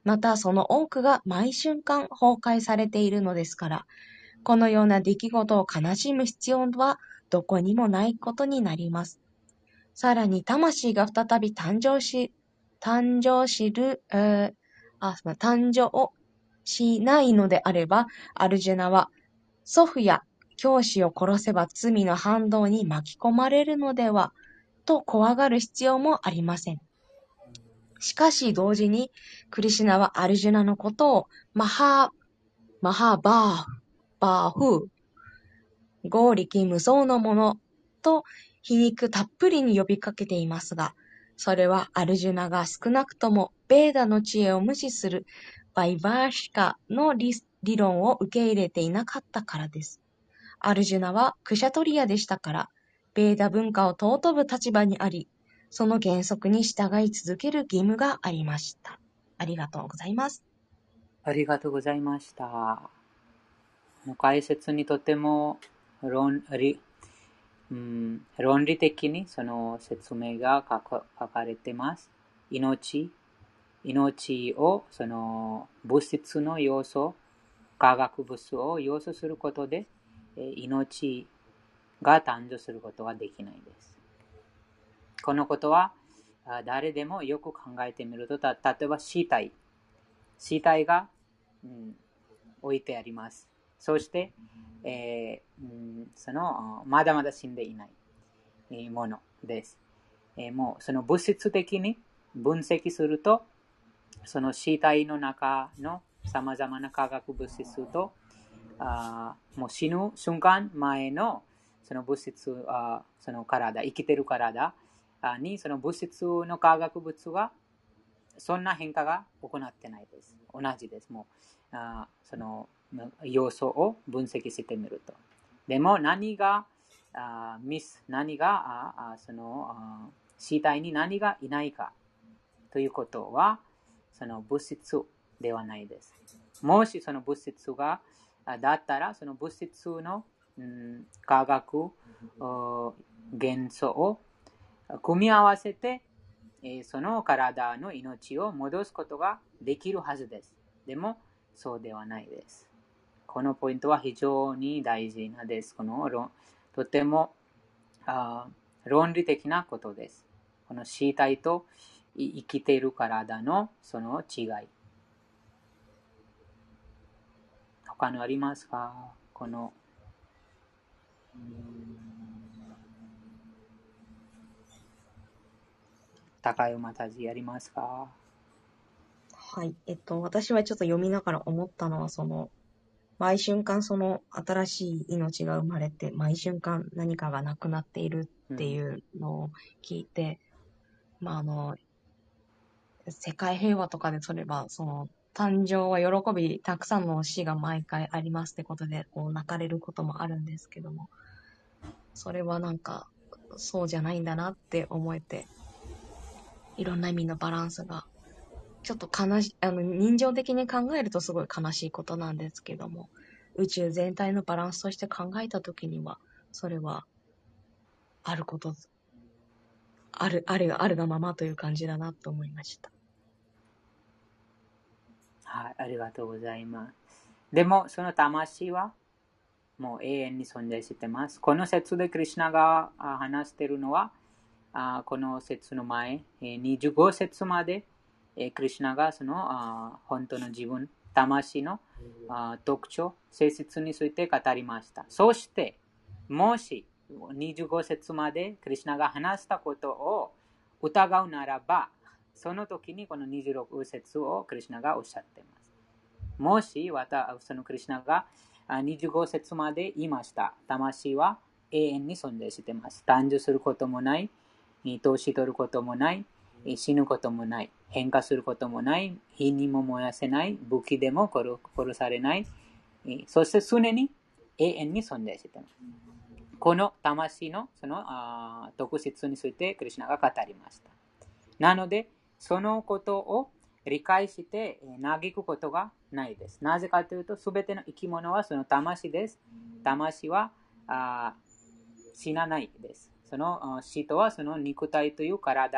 またその多くが毎瞬間崩壊されているのですから、このような出来事を悲しむ必要はどこにもないことになります。さらに魂が再び誕生し、誕生しる、えーあ、すみません誕生しないのであれば、アルジュナは祖父や教師を殺せば罪の反動に巻き込まれるのでは、と怖がる必要もありません。しかし同時に、クリシュナはアルジュナのことをマハー、マハーバーフ、バーフー、合力無双のものと皮肉たっぷりに呼びかけていますが、それはアルジュナが少なくともベーダの知恵を無視するバイバーシカの理理論を受け入れていなかったからです。アルジュナはクシャトリアでしたから、ベーダ文化を尊ぶ立場にあり、その原則に従い続ける義務がありました。ありがとうございます。 ありがとうございました。解説にとても論理、うん、論理的にその説明が書か、書かれています。命、命をその物質の要素、化学物質を要素することで、命が誕生することができないです。このことは誰でもよく考えてみると、た例えば死体、死体が、うん、置いてあります。そして、えーうん、そのまだまだ死んでいないものです。えー、もうその物質的に分析すると、その死体の中のさまざまな化学物質と、あもう死ぬ瞬間前のその物質、あその体、生きている体にその物質の化学物がそんな変化が行ってないです。同じです。もうあその要素を分析してみると。でも何があミス、何があそのあ死体に何がいないかということは、その物質ではないです。もしその物質がだったら、その物質の、うん、化学元素を組み合わせて、その体の命を戻すことができるはずです。でも、そうではないです。このポイントは非常に大事なです。このとてもあ論理的なことです。この死体と生きている体のその違い。他にありますか？この高い馬たちありますか？ はい。えっと、私はちょっと読みながら思ったのは、その、毎瞬間その新しい命が生まれて、毎瞬間何かがなくなっているっていうのを聞いて、うん、まああの、世界平和とかでそれば、その、誕生は喜び、たくさんの死が毎回ありますってことで、こう泣かれることもあるんですけども、それはなんか、そうじゃないんだなって思えて、いろんな意味のバランスが、ちょっと悲しい、あの、人情的に考えるとすごい悲しいことなんですけども、宇宙全体のバランスとして考えたときには、それは、あること、ある、あるが、あるがままという感じだなと思いました。 はい、ありがとうございます。でも、その魂は、もう永遠に存在しています。この説でクリシュナが話しているのは、この説の前、にじゅうご節まで、クリシュナがその本当の自分、魂の特徴、性質について語りました。そして、もしにじゅうご節までクリシュナが話したことを疑うならば、その時にこのにじゅうろく節をクリシュナがおっしゃっています。もし、そのクリシュナがにじゅうご節まで言いました。魂は永遠に存在しています。誕生することもない、年取ることもない、死ぬこともない、変化することもない、火にも燃やせない、武器でも殺されない、そして常に永遠に存在しています。この魂のその特質についてクリシュナが語りました。なので、そのことを理解して嘆くことがないです。なぜかというと、すべての生き物はその魂です。魂はあ死なないです。その死とはその肉体という体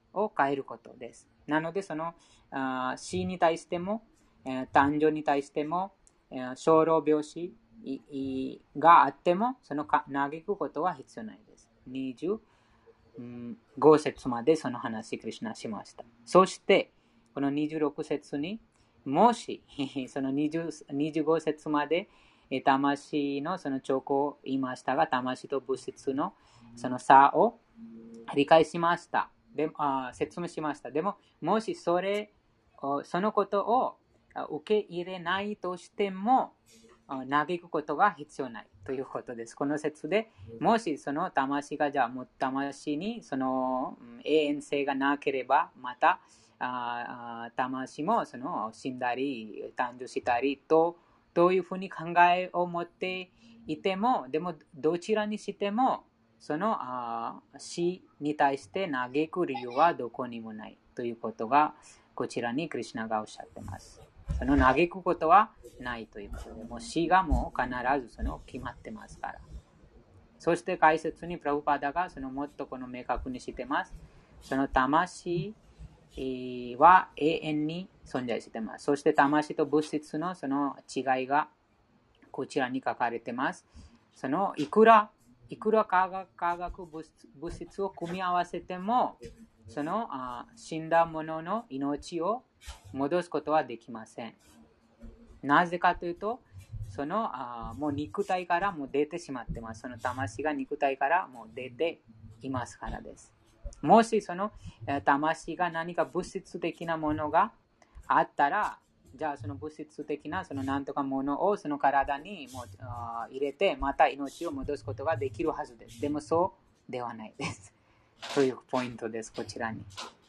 を変えることです。なので、そのあ死に対しても、えー、誕生に対しても、えー、生老病死があっても、そのか嘆くことは必要ないです。にじゅうご節までその話、クリシュナしました。そして、このにじゅうろく節に、もし、そのにじゅう、にじゅうご節まで、魂のその兆候を言いましたが、魂と物質のその差を理解しました。であ説明しました。でも、もしそれ、そのことを受け入れないとしても、嘆くことが必要ないということです。この説で、もしその魂がじゃあもう魂にその永遠性がなければ、またあ魂もその死んだり誕生したりと、どういうふうに考えを持っていても、でもどちらにしても、そのあ死に対して嘆く理由はどこにもないということが、こちらにクリシュナがおっしゃっています。その嘆くことはないということで、もう死がもう必ずその決まってますから。そして解説にプラブパダがそのもっとこの明確にしてます。その魂は永遠に存在しています。そして魂と物質のその違いがこちらに書かれています。そのいくらいくら科学、科学物質を組み合わせても、そのあ死んだ者の命を戻すことはできません。なぜかというと、そのあもう肉体からもう出てしまっています。その魂が肉体からもう出ていますからです。もしその魂が何か物質的なものがあったら、じゃあその物質的なその何とかものをその体にも入れて、また命を戻すことができるはずです。でもそうではないです。というポイントです、こちらに。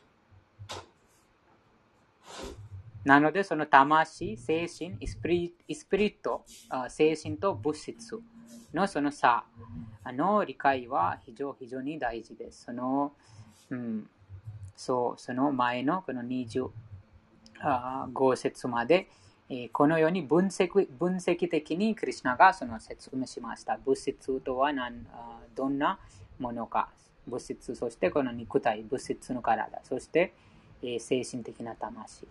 なので、その魂、精神、スピリット、精神と物質のその差の理解は非常、非常に大事です。その、うん、そう、その前のこのにじゅうご節まで、このように分析、分析的にクリシュナがその説明しました。物質とは何、どんなものか。物質、そしてこの肉体、物質の体、そして精神的な魂。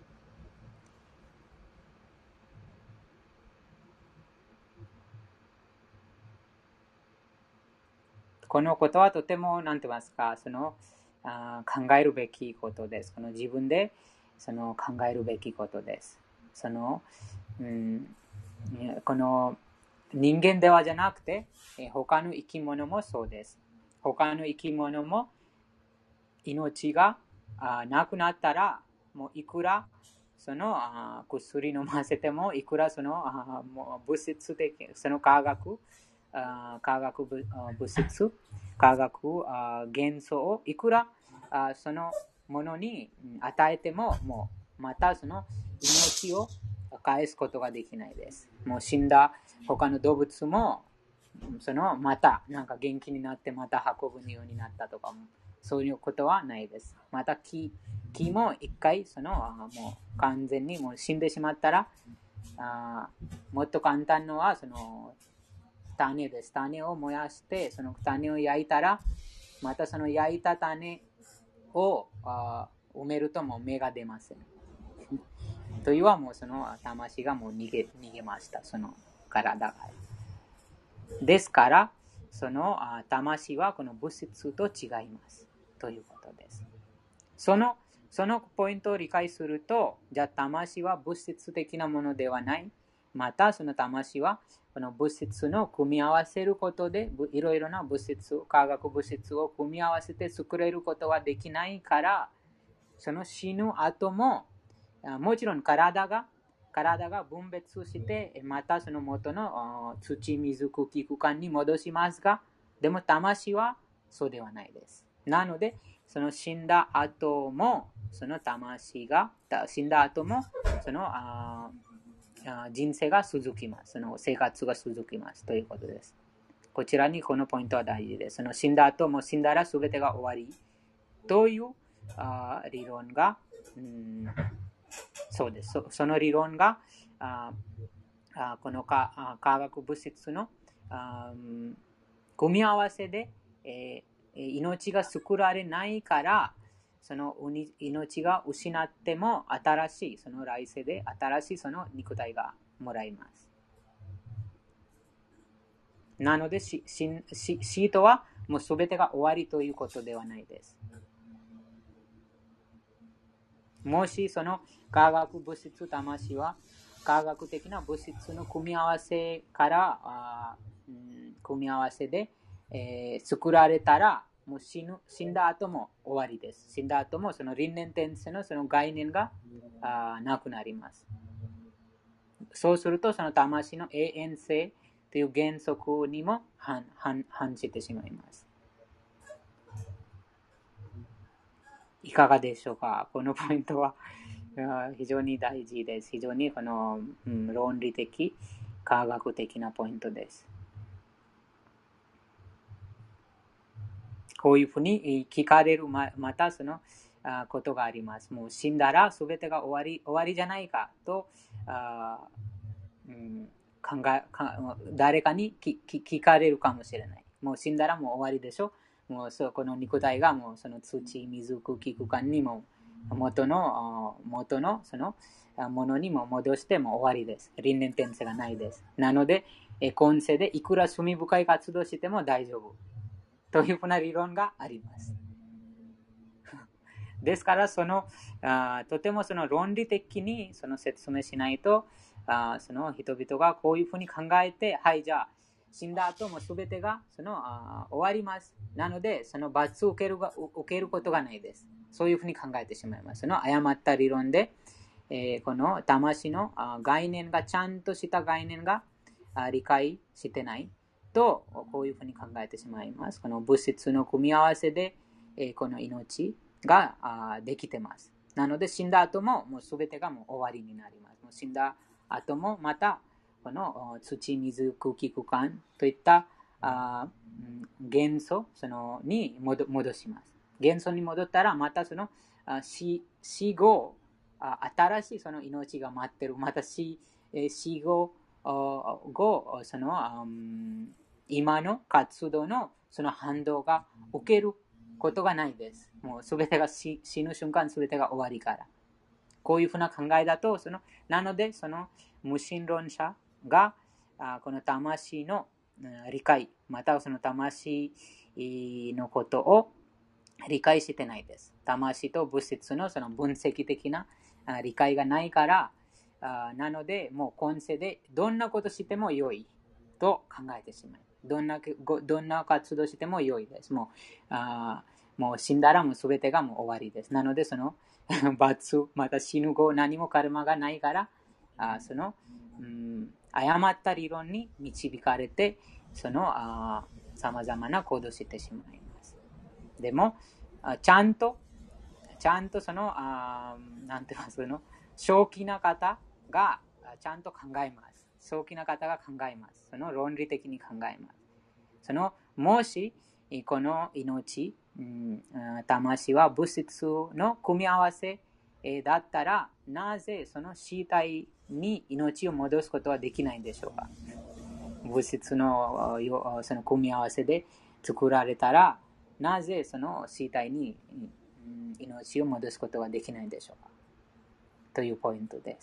このことはとても、なんて言いますか、そのあ考えるべきことです。この自分でその考えるべきことです。その、うん、この人間ではじゃなくて、他の生き物もそうです。他の生き物も命がなくなったら、もういくらその薬飲ませても、いくらその物質的、その科学、化学物質、化学元素をいくらそのものに与えても、もうまたその命を返すことができないです。もう死んだ他の動物も、そのまたなんか元気になってまた運ぶようになったとかも、そういうことはないです。また木、木も一回そのもう完全にもう死んでしまったら、あもっと簡単のはその種です。種を燃やして、その種を焼いたら、またその焼いた種を埋めるともう芽が出ません。というはもうその魂がもう逃げ、逃げました。その体から。ですから、その魂はこの物質と違います。ということです。その、そのポイントを理解すると、じゃあ魂は物質的なものではない。またその魂はこの物質の組み合わせることで、いろいろな物質、化学物質を組み合わせて作れることはできないから、その死ぬ後も、もちろん体が、体が分別して、またその元の土、水、空気、空間に戻しますが、でも魂はそうではないです。なので、その死んだ後も、その魂が、死んだ後も、そのあ人生が続きます。その生活が続きますということです。こちらにこのポイントは大事です。その死んだ後も死んだら全てが終わりというあ理論が、うん、そうです。そ, その理論がああこの化学物質のあ組み合わせで、えー、命が作られないから、 その命が失っても新しいその来世で新しいその肉体がもらいます。なので死とはもうすべてが終わりということではないです。もしその化学物質魂は化学的な物質の組み合わせからあ、うん、組み合わせで、えー、作られたらもう死ぬ死んだ後も終わりです。死んだ後もその輪廻転生のその概念があなくなります。そうするとその魂の永遠性という原則にも反反反してしまいます。いかがでしょうか。このポイントは非常に大事です。非常にこの、うん、論理的、科学的なポイントです。こういうふうに聞かれる ま, またそのことがあります。もう死んだら全てが終わり、終わりじゃないかと、あ、うん、考えか誰かに聞かれるかもしれない。もう死んだらもう終わりでしょ。もうそこの肉体がもうその土、水、空気、空間にも元の元のそのものにも戻しても終わりです。輪廻転生がないです。なので、今世でいくら罪深い活動しても大丈夫というふうな理論があります。ですからそのあとてもその論理的にその説明しないと、あその人々がこういうふうに考えて、はいじゃあ死んだ後も全てがそのあ終わります。なのでその罰を受けるが受けることがないです。そういうふうに考えてしまいます。その誤った理論で、えー、この魂の概念がちゃんとした概念が理解してないとこういうふうに考えてしまいます。この物質の組み合わせで、えー、この命ができてます。なので死んだ後ももう全てがもう終わりになります。もう死んだ後もまたこの土、水、空気、空間といったあ元素そのに戻します。元素に戻ったらまたその死、死後新しいその命が待ってる。また死、死後後その、うん、今の活動のその反動が受けることがないです。もうすべてが 死, 死ぬ瞬間すべてが終わりから。こういうふうな考えだと、そのなのでその無神論者があこの魂の理解、またはその魂のことを理解してないです。魂と物質のその分析的な理解がないから、あなのでもう今世でどんなことしても良いと考えてしまう。どんなどんな活動しても良いです。もうあもう死んだらもう全てがもう終わりです。なのでその罰、また死ぬ後何もカルマがないから、あその、うん、誤った理論に導かれて、そのさまざまな行動をしてしまいます。でも、ちゃんと、ちゃんとその、あなんて言いますの、正気な方がちゃんと考えます。正気な方が考えます。その論理的に考えます。その、もし、この命、うん、魂は物質の組み合わせだったら、なぜその死体に命を戻すことはできないんでしょうか。物質のその組み合わせで作られたら、なぜその死体に命を戻すことができないんでしょうかというポイントです。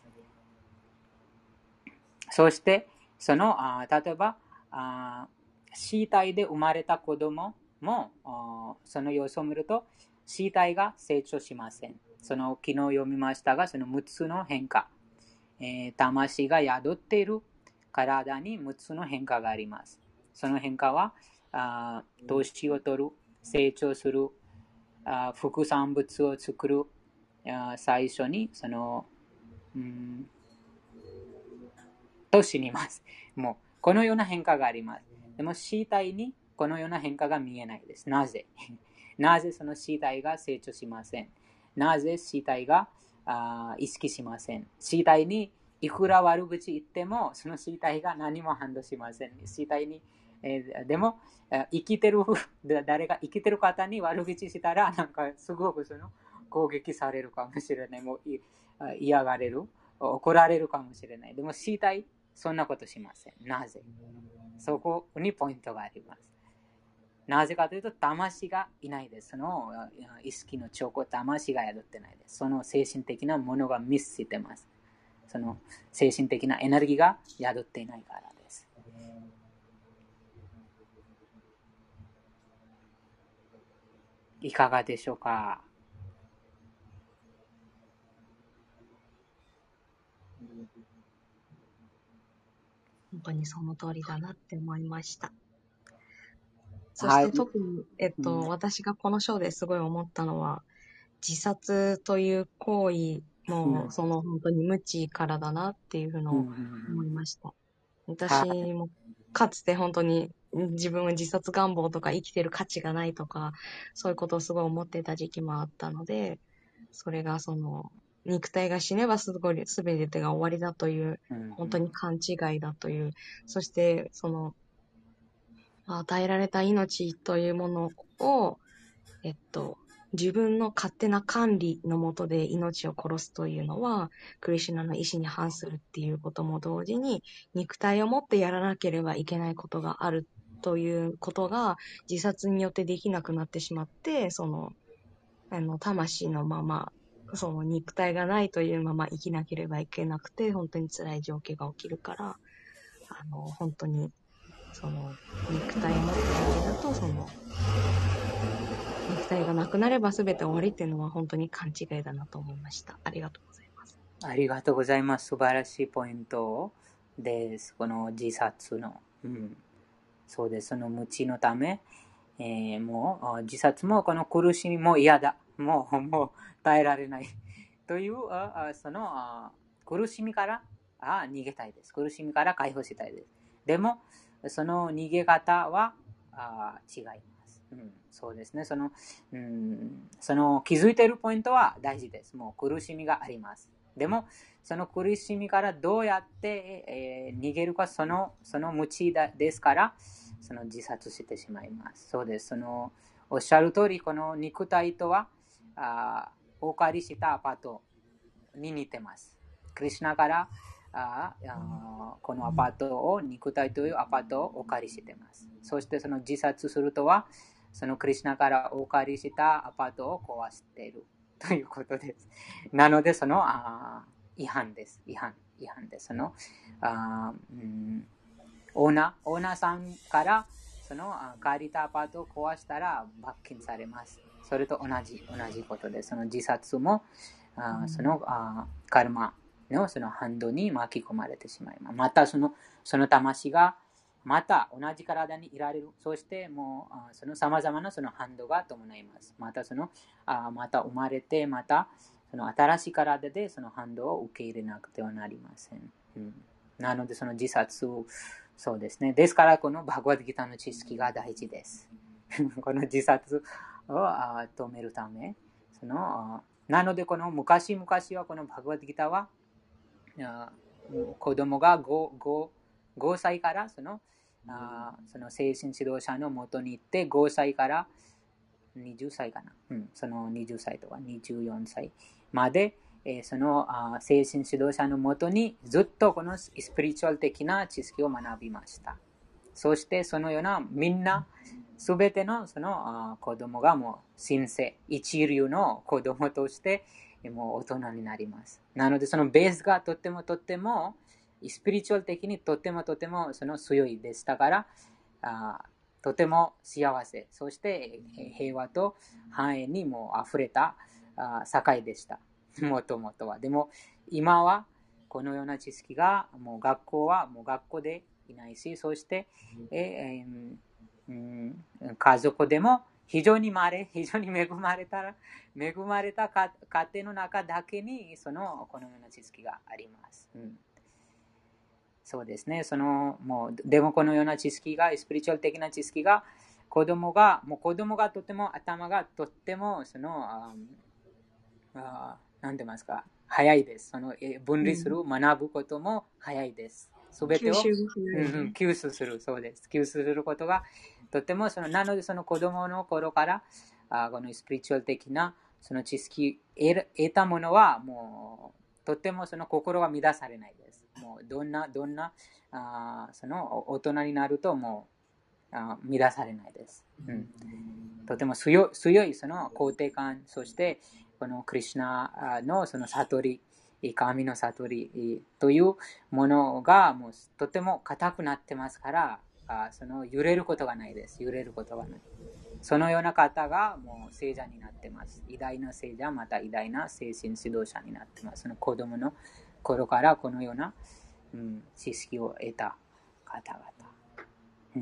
そしてそのあ例えばあ死体で生まれた子供もその様子を見ると死体が成長しません。その昨日読みましたが、そのむっつの変化、えー、魂が宿っている体にむっつの変化があります。その変化はあ年を取る、成長する、あ副産物を作る、あ最初にその、うん、と死にます。もうこのような変化があります。でも死体にこのような変化が見えないです。なぜなぜその死体が成長しません。なぜ死体があ意識しません。死体にいくら悪口言ってもその死体が何も反応しません。死体に、えー、でも生きてる誰が生きてる方に悪口したらなんかすごくその攻撃されるかもしれない。もう嫌がれる、怒られるかもしれない。でも死体そんなことしません。なぜ？そこにポイントがあります。 なぜかというと、魂がいないです。その意識の兆候、魂が宿ってないです。その精神的なものがミスしてます。その精神的なエネルギーが宿っていないからです。いかがでしょうか。 本当にその通りだなって思いました。そして特に、えっと、うん、私がこの章ですごい思ったのは、自殺という行為も、うん、その本当に無知からだなっていうのを思いました。うん、私もかつて本当に自分は自殺願望とか生きてる価値がないとか、そういうことをすごい思ってた時期もあったので、それがその、肉体が死ねばすごい全てが終わりだという、本当に勘違いだという、そしてその、与えられた命というものを、えっと、自分の勝手な管理のもとで命を殺すというのは、クリシュナの意志に反するっていうことも同時に、肉体を持ってやらなければいけないことがあるということが、自殺によってできなくなってしまって、その、あの、魂のまま、その肉体がないというまま生きなければいけなくて、本当に辛い状況が起きるから、あの、本当に、その、肉体を持った人間だと、その、肉体がなくなれば全て終わりっていうのは本当に勘違いだなと思いました。ありがとうございます。 ありがとうございます。素晴らしいポイントです。この自殺の。うん、そうです。その無知のため、えー、もう自殺もこの苦しみも嫌だ。もう、もう耐えられない。という、その苦しみから逃げたいです。苦しみから解放したいです。でも、その逃げ方は違います。うん、そうですね。その、うん、その気づいているポイントは大事です。もう苦しみがあります。でも、その苦しみからどうやって、えー、逃げるか、その、その無知ですから、その自殺してしまいます。そうです。その、おっしゃる通り、この肉体とは、あお借りしたアパートに似てます。クリシュナからああこのアパートを、肉体というアパートをお借りしています。そしてその自殺するとは、そのクリシュナからお借りしたアパートを壊しているということです。なので、そのあ違反です。違反。違反です。そのあ、うん、オーナー、オーナーさんからその借りたアパートを壊したら罰金されます。それと同じ、同じことです。その自殺も、あそのあカルマのその反動に巻き込まれてしまいます。またその、その魂がまた同じ体にいられる。そしてもう、あその様々なその反動が伴います。またその、あまた生まれて、またその新しい体でその反動を受け入れなくてはなりません。うん、なのでその自殺をそうですね。ですから、このバグワッドギターの知識が大事です。この自殺を止めるため。そのなので、この昔々はこのバグワッドギターは、子供が 5, 5, 5歳からその、あその精神指導者のもとに行って、ごさいからにじゅっさいかな。うん、そのはたちとかにじゅうよんさいまで、えー、その精神指導者のもとにずっとこのスピリチュアル的な知識を学びました。そしてそのようなみんなすべてのその子供がもう神聖、一流の子供としてもう大人になります。なのでそのベースがとってもとってもスピリチュアル的にとってもとってもその強いでしたから、あとても幸せ、そして平和と繁栄にも溢れた社会でした。もともとは。でも今はこのような知識がもう学校はもう学校でいないし、そして、えーうん、家族でも非常に稀、非常に恵まれた恵まれた家庭の中だけにそのこのような知識があります。うん、そうですね。そのもうでもこのような知識がスピリチュアル的な知識が子供がもう子供がとても頭がとってもそのああ何て言いますか早いです。その分離する、うん、学ぶことも早いです。すべてを吸収、うん、吸収する、そうです。吸収することがとてもそのなのでその子供の頃からあこのスピリチュアル的なその知識を得たものはもうとてもその心が乱されないです。もうどんなどんなあその大人になるともあ乱されないです、うん、とても強い、強いその肯定感、そしてこのクリシュナのその悟り、神の悟りというものがもうとても硬くなってますから、あその揺れることがないです。揺れることがない。そのような方がもう聖者になってます。偉大な聖者、また偉大な精神指導者になってます。その子供の頃からこのような、うん、知識を得た方々。うん、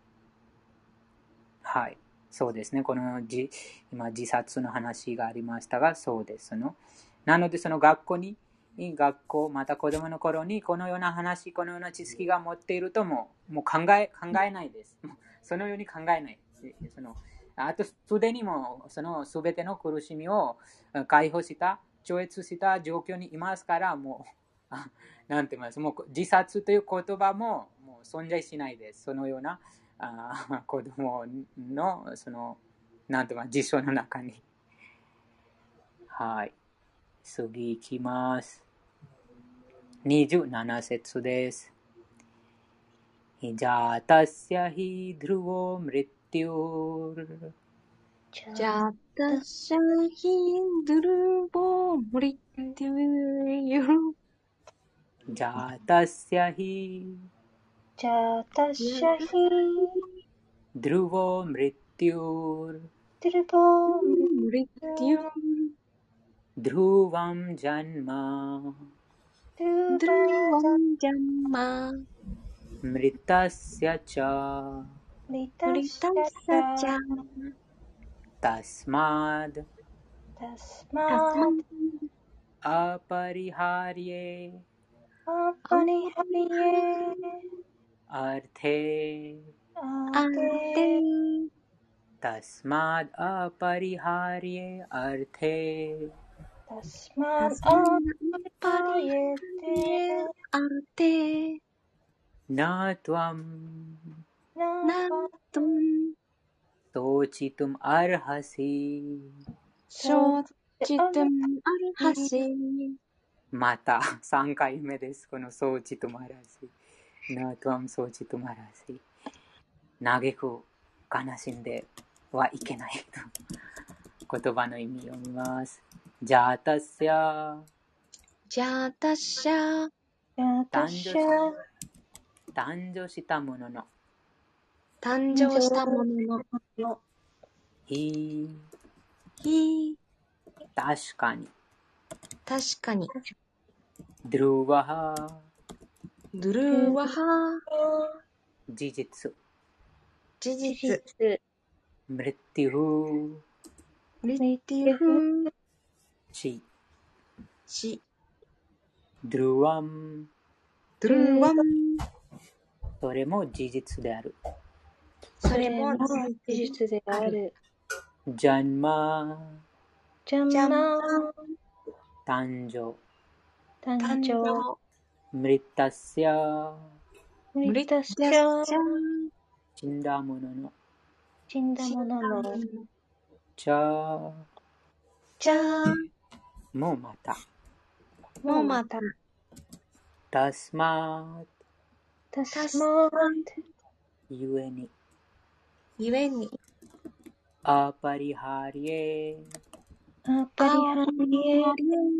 はい。そうですね。このじ今自殺の話がありましたが、そうです。のなので、その学校に、学校、また子供の頃にこのような話、このような知識が持っているとも、もう考え、考えないです。そのように考えない。そのあと、すでにもそのすべての苦しみを解放した、超越した状況にいますから、もう、なんて言います、もう自殺という言葉ももう存在しないです。そのようなあ子供の、その、なんて言います、辞書の中に。はい。次行きます。にじゅうなな節です。ジャタスヤヒドゥルヴォムリティュージャタシャヒドゥルボームリティユルジャタスヤヒジャタシャヒドゥルヴォムリティュードゥルボームリティユドゥルヴァムジャンマドゥドゥルワンジャンマムリタスヤチャリムリタタシャサチャタスマードタスタマスマアパリハリエアパリハリエアルテアアテテタスマードアパリハリエアルテタスマタスンアマパパリエテアテナトワムナナトンソチトムアルハシショチトムアルハシまたさんかいめです。このソチトムアルハシナトワムソチトムアルハシ嘆く悲しんではいけないと言葉の意味を読みます。ジャータスヤジャタシャジャタシャ誕生したものの誕生したもののひひ確かに確かにドゥルワハドゥルワハ事実事事実実ムリティフリティフ死シドゥルワムドゥルワンそれも事実である。 それも事事実実である。 ジャンマジャンジャンママ誕生誕誕生生ムリタスヤムリタシジャャシャ死んだものの死んだもののチャじゃあもまたもうまたタスマタタススママゆえにゆえにアパリハリエアパリハリエ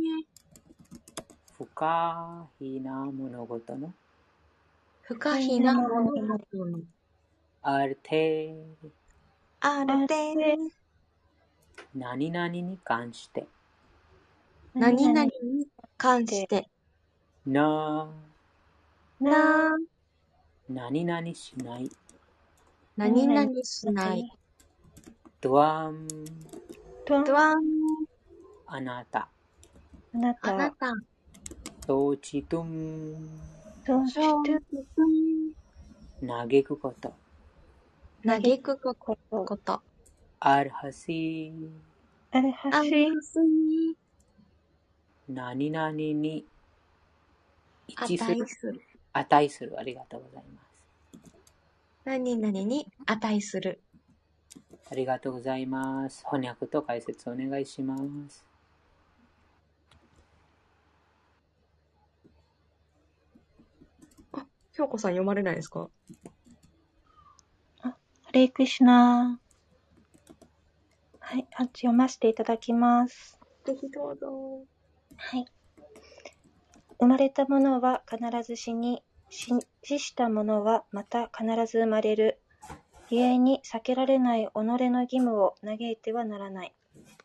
不可避な物事の不可避なもののあるてあるて何々に関して何々に関してなな何々しない何々しないドワンととはあなたあなあなたたソチトムそしそうて嘆くこと嘆くことアルハシアルハあシるすに何々に一致する値する値するありがとうございます何々に値するありがとうございます翻訳と解説お願いしますあ、京子さん読まれないですか？ レイクリシュナー。はい、あ読ませていただきます。 ぜひどうぞ。 はい。生まれたものは必ず死に、死したものはまた必ず生まれる。故に避けられない己の義務を嘆いてはならない。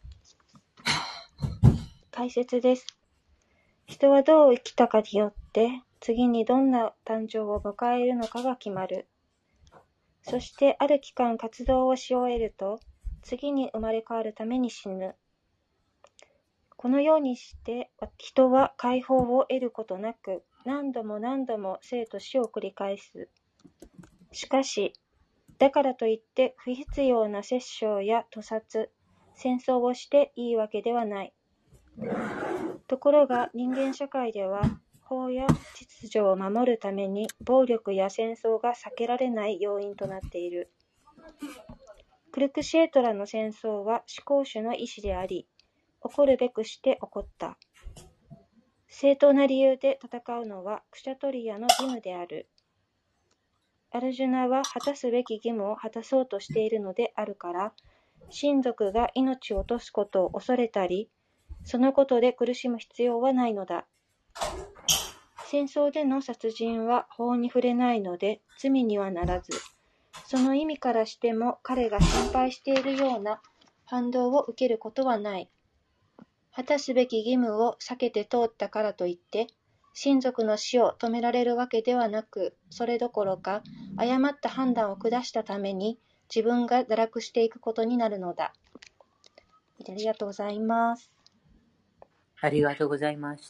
解説です。人はどう生きたかによって、次にどんな誕生を迎えるのかが決まる。そしてある期間活動をし終えると、次に生まれ変わるために死ぬ。このようにして人は解放を得ることなく、何度も何度も生と死を繰り返す。しかし、だからといって不必要な殺生や屠殺、戦争をしていいわけではない。ところが人間社会では、法や秩序を守るために暴力や戦争が避けられない要因となっている。クルクシェートラの戦争は至高主の意志であり、起こるべくして起こった。正当な理由で戦うのはクシャトリヤの義務である。アルジュナは果たすべき義務を果たそうとしているのであるから、親族が命を落とすことを恐れたり、そのことで苦しむ必要はないのだ。戦争での殺人は法に触れないので罪にはならず、その意味からしても彼が心配しているような反動を受けることはない。果たすべき義務を避けて通ったからといって、親族の死を止められるわけではなく、それどころか、誤った判断を下したために、自分が堕落していくことになるのだ。ありがとうございます。 ありがとうございました。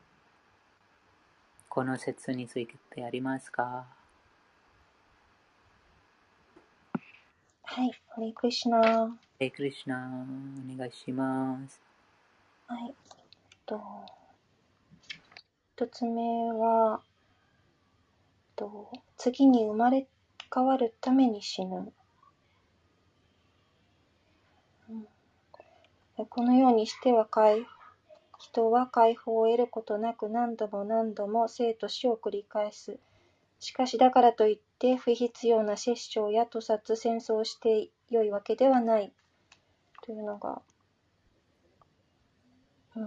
この説についてありますか？ はい、ハレクリシュナー。 ハレクリシュナー、お願いします。 はい、えっと、一つ目は、えっと、次に生まれ変わるために死ぬ。うん、このようにしては解人は解放を得ることなく何度も何度も生と死を繰り返す。しかしだからといって不必要な殺生や屠殺、戦争をして良いわけではないというのが、うん、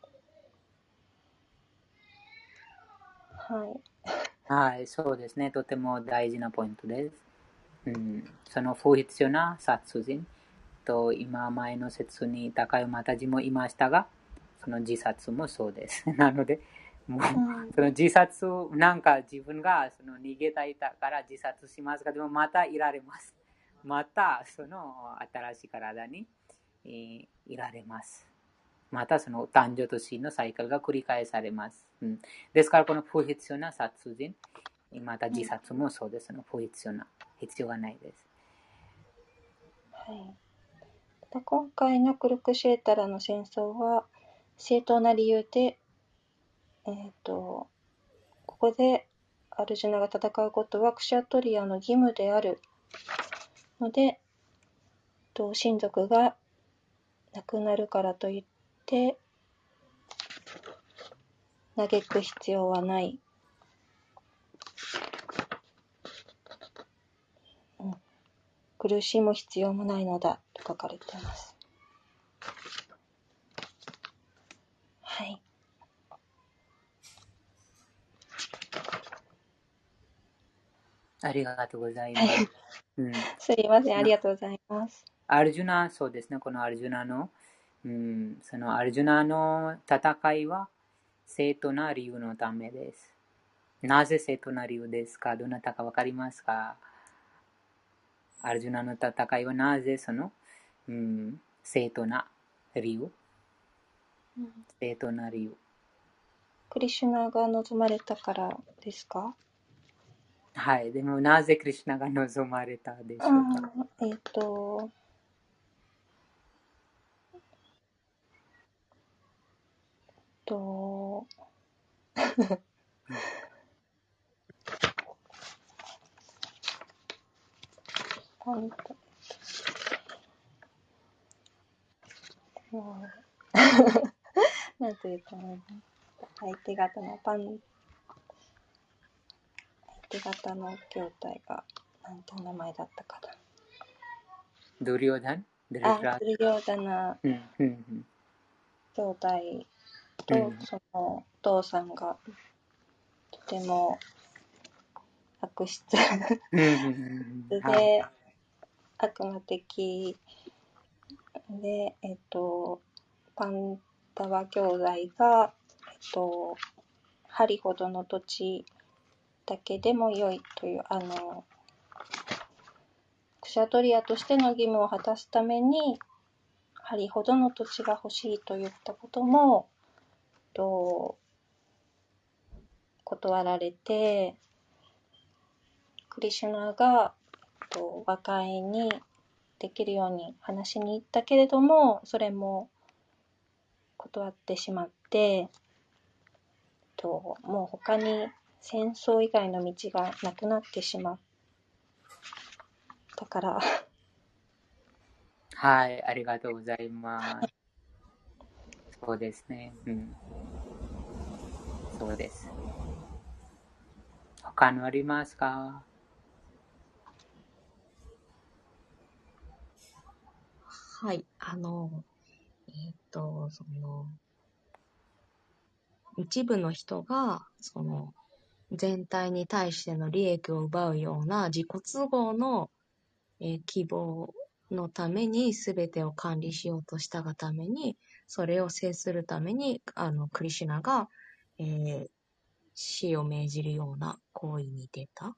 はい。 はい、そうですね。とても大事なポイントです。うん、その不必要な殺人と今前の説に高いマタジもいましたが、その自殺もそうです。なので、もう、うん、その自殺、なんか自分がその逃げたいから自殺しますが、でもまたいられます。またその新しい体に、えー、いられます。またその誕生と死のサイクルが繰り返されます。うん、ですからこの不必要な殺人、また自殺もそうです。の不必要な、必要がないです。 はい。今回のクルクシェータラの戦争は正当な理由で、えーと、ここでアルジュナが戦うことはクシャトリアの義務であるので、親族が亡くなるからといって嘆く必要はない、うん、苦しむ必要もないのだと書かれています。はい。 ありがとうございます。はい、うん、 すいません、ありがとうございます。 アルジュナ、そうですね、このアルジュナの、うん、そのアルジュナの戦いは正当な理由のためです。なぜ正当な理由ですか？どなたかわかりますか？アルジュナの戦いはなぜその、うん、正当な理由、うん、正当な理由。 クリシュナが望まれたからですか？ はい、でもなぜクリシュナが望まれたでしょうか？ えっと、と、パンと、なんというかな、相手方のパン、相手方の筐体がなんてお名前だったかな。 ドゥリオダンドゥリあ、 トラドゥリョーダナうんうん兄弟と、 うんそのお父さんがとても悪質うんうんうんはいで悪魔的で、えっと、パンタワ兄弟が、えっと、針ほどの土地だけでも良いという、あの、クシャトリアとしての義務を果たすために、針ほどの土地が欲しいと言ったことも、と断られて、クリシュナが、えっと、和解にできるように話しに行ったけれども、それも断ってしまって、ともう他に戦争以外の道がなくなってしまったから、 はい、ありがとうございます。そうですね。うん、そうです。他のありますか？ はい。あの、えっと、その、一部の人が、その、全体に対しての利益を奪うような自己都合の、えー希望のために全てを管理しようとしたがために、それを制するために、あの、クリシュナが、えー死を命じるような行為に出た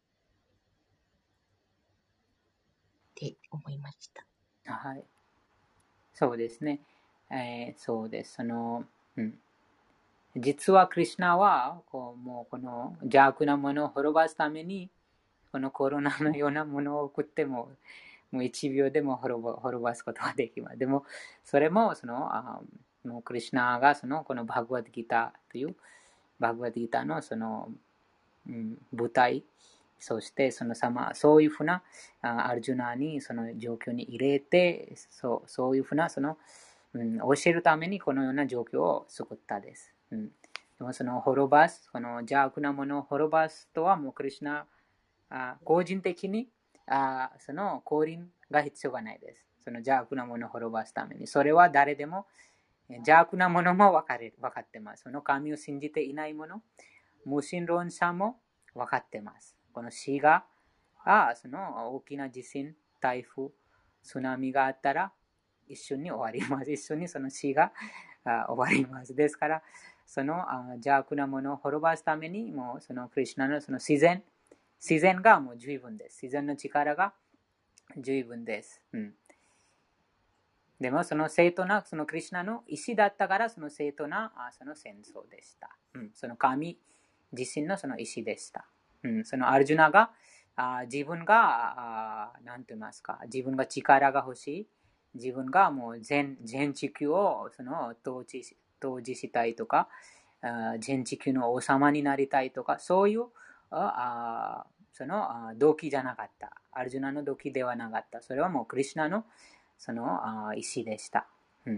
って思いました。 はい、そうですね。えーそうです。その、うん、実はクリシュナはこうもうこの邪悪なものを滅ぼすためにこのコロナのようなものを送ってももういちびょうでも滅ぼ滅ぼすことができます。でもそれもそのあもうクリシュナがそのこのバグワッドギターというバグワッドギターのその、うん、舞台そしてその様そういうふうなあアルジュナにその状況に入れてそうそういうふうなそのうん、教えるためにこのような状況を作ったです。うん、でもその滅ばす、この邪悪なものを滅ばすとはもうクリシュナあ個人的にあその降臨が必要がないです。その邪悪なものを滅ばすために。それは誰でも邪悪なものも分かれ分かってます。その神を信じていないもの、無神論者も分かってます。この死があその大きな地震、台風、津波があったら一緒に終わります。一緒にその死が終わります。ですから、その邪悪なものを滅ぼすために、もうそのクリシュナのその自然、自然がもう十分です。自然の力が十分です。うん、でも、その正当な、そのクリシュナの意思だったから、その正当なその戦争でした。うん、その神自身のその意思でした。うん、そのアルジュナが、あ自分が、何と言いますか、自分が力が欲しい。自分がもう 全, 全地球をその統治統治したいとか、全地球の王様になりたいとか、そういうあその動機じゃなかった。アルジュナの動機ではなかった。それはもうクリシュナのその意思でした。うん、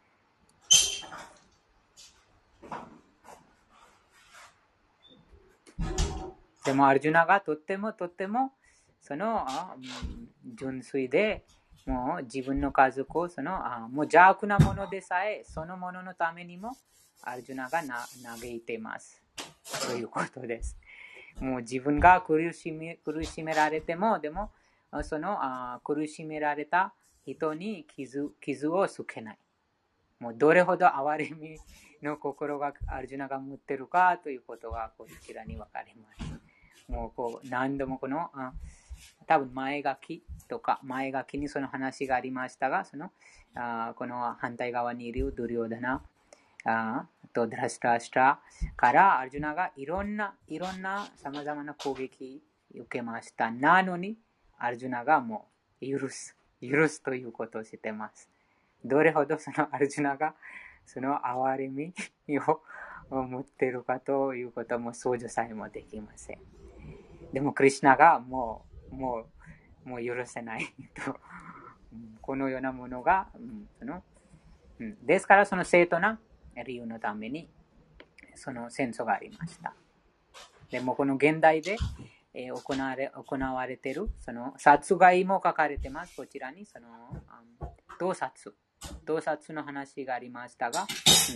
でもアルジュナがとってもとってもその純粋で、もう自分の家族をそのあもう邪悪なものでさえそのもののためにもアルジュナがな嘆いていますということです。もう自分が苦しめ、苦しめられても、でもそのあ苦しめられた人に 傷, 傷をつけない。もうどれほど憐れみの心がアルジュナが持っているかということがこちらに分かります。もうこう何度もこのあ多分前書きとか前書きにその話がありましたが、そのあこの反対側にいるドゥリオダナあとドラストラストラからアルジュナがいろんないろんなさまざまな攻撃を受けました。なのにアルジュナがもう許す許すということをしています。どれほどそのアルジュナがその憐れみを持っているかということも想像さえもできません。でもクリシュナがもうもうもう許せないとこのようなものが、うん、その、うん、ですからその正当な理由のためにその戦争がありました。でもこの現代でえー、行われ、行われている、その殺害も書かれてます。こちらに、その、盗撮。盗撮の話がありましたが、うん、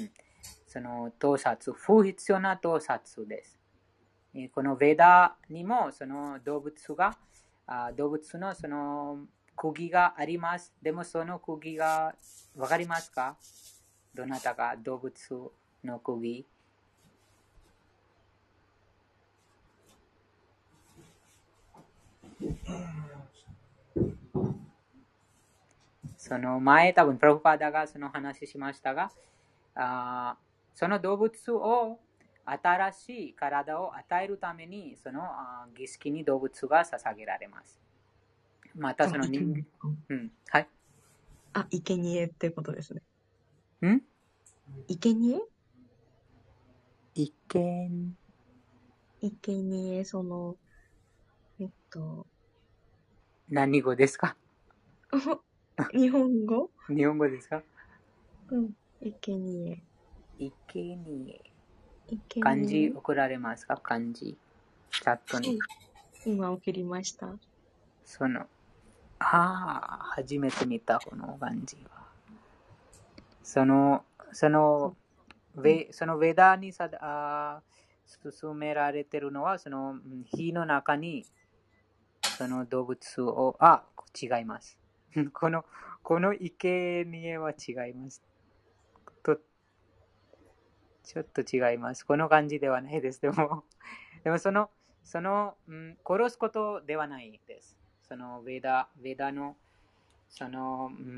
その盗撮、不必要な盗撮です。えー、このヴェダにも、その動物が、あ動物のその釘があります。でもその釘が、わかりますか？どなたが動物の釘？その前、多分プラブパダがその話しましたが、あその動物を新しい体を与えるために、その儀式に動物が捧げられます。またその人間、うん、はい。 あ、生贄ってことですね。 ん？ 生贄？ 生贄。 生贄、その、えっと。 何語ですか？ 日本語？ 日本語ですか？ うん、生贄。 生贄。 生漢字贄。 送られますか？漢字。チャットに。 今送りました。 その、ああ、初めて見たこの漢字は。その、その、ウェそのウェダにさあ進められているのは、その火の中にその動物を、あ、違います。この、この生贄は違います。と、ちょっと違います。この感じではないです。でも、でもその、その、うん、殺すことではないです。そのウェダ、ウェダの、その、うん、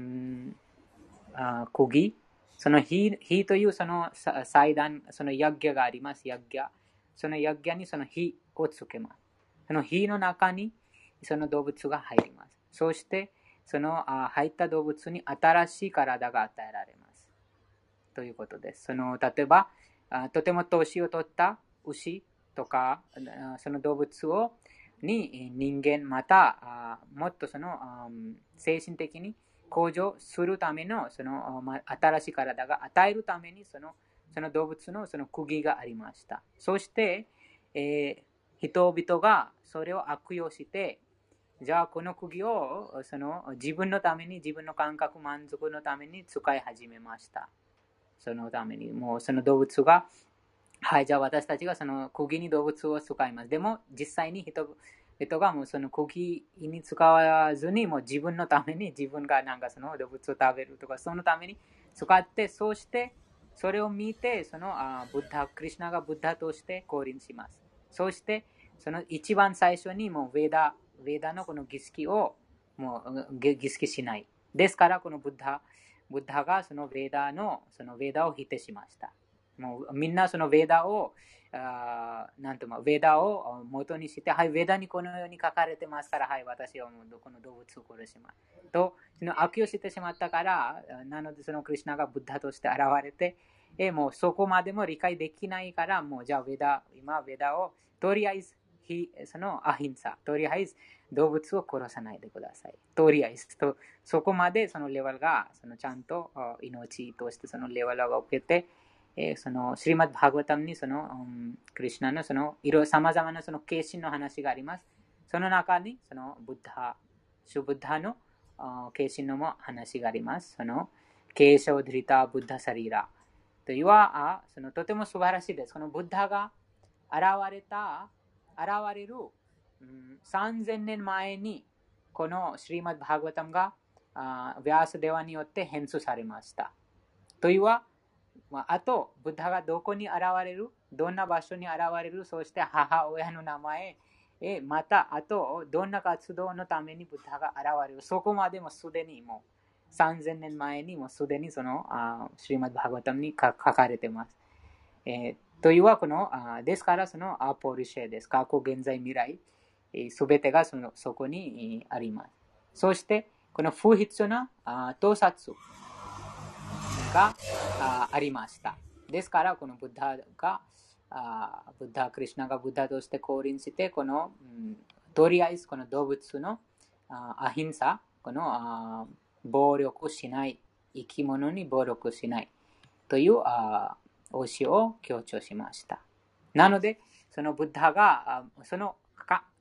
あ釘、その火、火というその祭壇、そのヤッギャがあります。ヤッギャ。そのヤッギャにその火をつけます。その火の中にその動物が入ります。そして、その入った動物に新しい体が与えられます。ということです。その例えば、とても年を取った牛とか、その動物をに人間またもっとその精神的に向上するためのその新しい体が与えるためにそのその動物のその釘がありました。そして、えー、人々がそれを悪用して、じゃあこの釘をその自分のために自分の感覚満足のために使い始めました。そのためにもうその動物が、はい、じゃあ私たちがその釘に動物を使います。でも実際に人人がもうその釘に使わずにもう自分のために自分がなんかその動物を食べるとかそのために使って、そうしてそれを見てそのあブッダ、クリシュナがブッダとして降臨します。そしてその一番最初にもうヴェダ、ヴェダのこの儀式をもう儀式しない。ですからこのブッダ、ブッダがそのヴェダのそのヴェダを否定しました。もうみんなそのヴェダをあなんともヴェダを元にして、はい、ヴェダにこのように書かれてますから、はい、私はもうこの動物を殺しますと、その悪用してしまったから、なのでそのクリシュナがブッダとして現れて、えもうそこまでも理解できないから、もうじゃあヴェダ、今ヴェダをとりあえずそのアヒンサ、とりあえず動物を殺さないでください。とりあえずと、そこまでそのレベルがそのちゃんと命としてそのレベルが受けて、えー、そのシリマッド・バーガヴァタムにその、うん、クリシュナのそのいろさまざまなその化身の話があります。その中にそのブッダ、シュブッダの化身のも話があります。そのケーシャウ・ドリタ・ブッダ・サリーラというはそのとても素晴らしいです。このブッダが現れた、現れる、うん、さんぜんねんまえにこのシリマッド・バーガヴァタムがあヴィアーサデワによって編纂されました。というはあと、ブッダがどこに現れる、どんな場所に現れる、そして母親の名前、えまた、あと、どんな活動のためにブッダが現れる、そこまでもすでにもうさんぜんねんまえにもすでにそのシリマッド・バーガヴァタムに書かれています。えー、というはこのあ、ですからそのアポリシェです。過去、現在、未来、すべてがそのそこにあります。そして、この不必要な盗撮が あ, ありました。ですから、このブッダが、あブッダ、クリシュナがブッダとして降臨して、この、うん、とりあえずこの動物のあアヒンサ、このあ暴力しない、生き物に暴力しないというあ教えを強調しました。なので、そのブッダが、その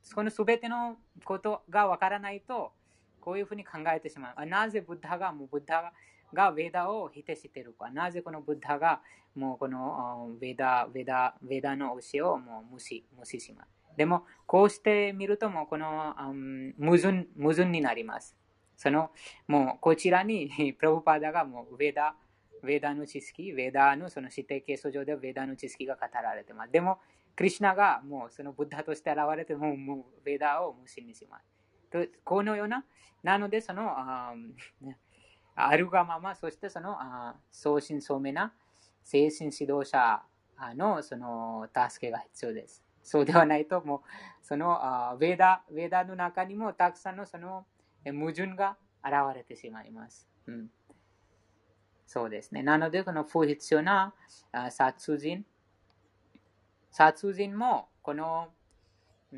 このすべてのことがわからないと、こういうふうに考えてしまう。なぜブッダが、もうブッダがヴェダを否定しているか。なぜこのブッダが、もうこのヴェダ、ヴェダ、ヴェダの教えをもう無視、無視します。でも、こうしてみると、もうこの、うん、矛盾、矛盾になります。その、もうこちらに、プラブパダがもうヴェダ、ヴェダの知識、ヴェダのその指定形素上でヴェダの知識が語られています。でも、クリシュナがもうそのブッダとして現れても、もうヴェダを無視にします。とこのような、なのでその、あ, あるがまま、そしてその、あ相信相明な精神指導者のその助けが必要です。そうではないと、もうそのあヴェダ、ヴェダの中にもたくさんのその矛盾が現れてしまいます。うん、そうですね。なので、この不必要な殺人、殺人も、この、うん、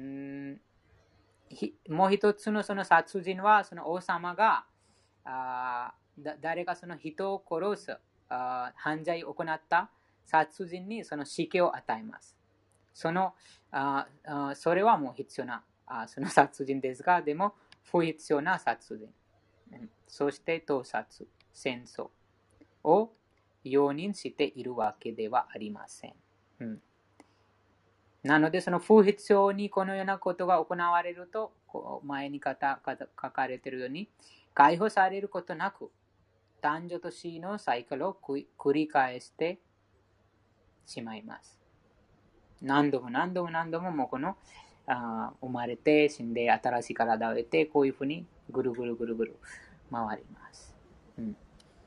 もう一つのその殺人は、その王様が、あだ誰がその人を殺すあ犯罪を行った殺人にその死刑を与えます。そのああそれはもう必要なあその殺人ですが、でも不必要な殺人。そして盗撮、戦争を容認しているわけではありません。うん、なので、その不必要にこのようなことが行われると、前に書かれているように、解放されることなく、誕生と死のサイクルを繰り返してしまいます。何度も何度も何度ももうこのあ生まれて死んで新しい体を得て、こういうふうにぐるぐるぐるぐる回ります。うん、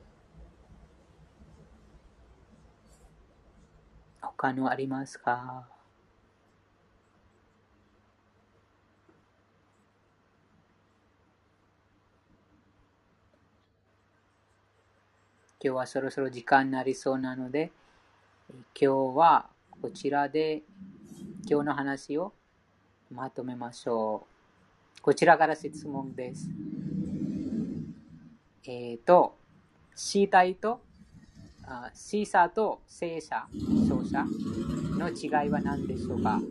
他のありますか？今日はそろそろ時間になりそうなので、今日はこちらで今日の話をまとめましょう。こちらから質問です。えっ、ー、と、死体と、あ死者と生者、勝者の違いは何でしょうか？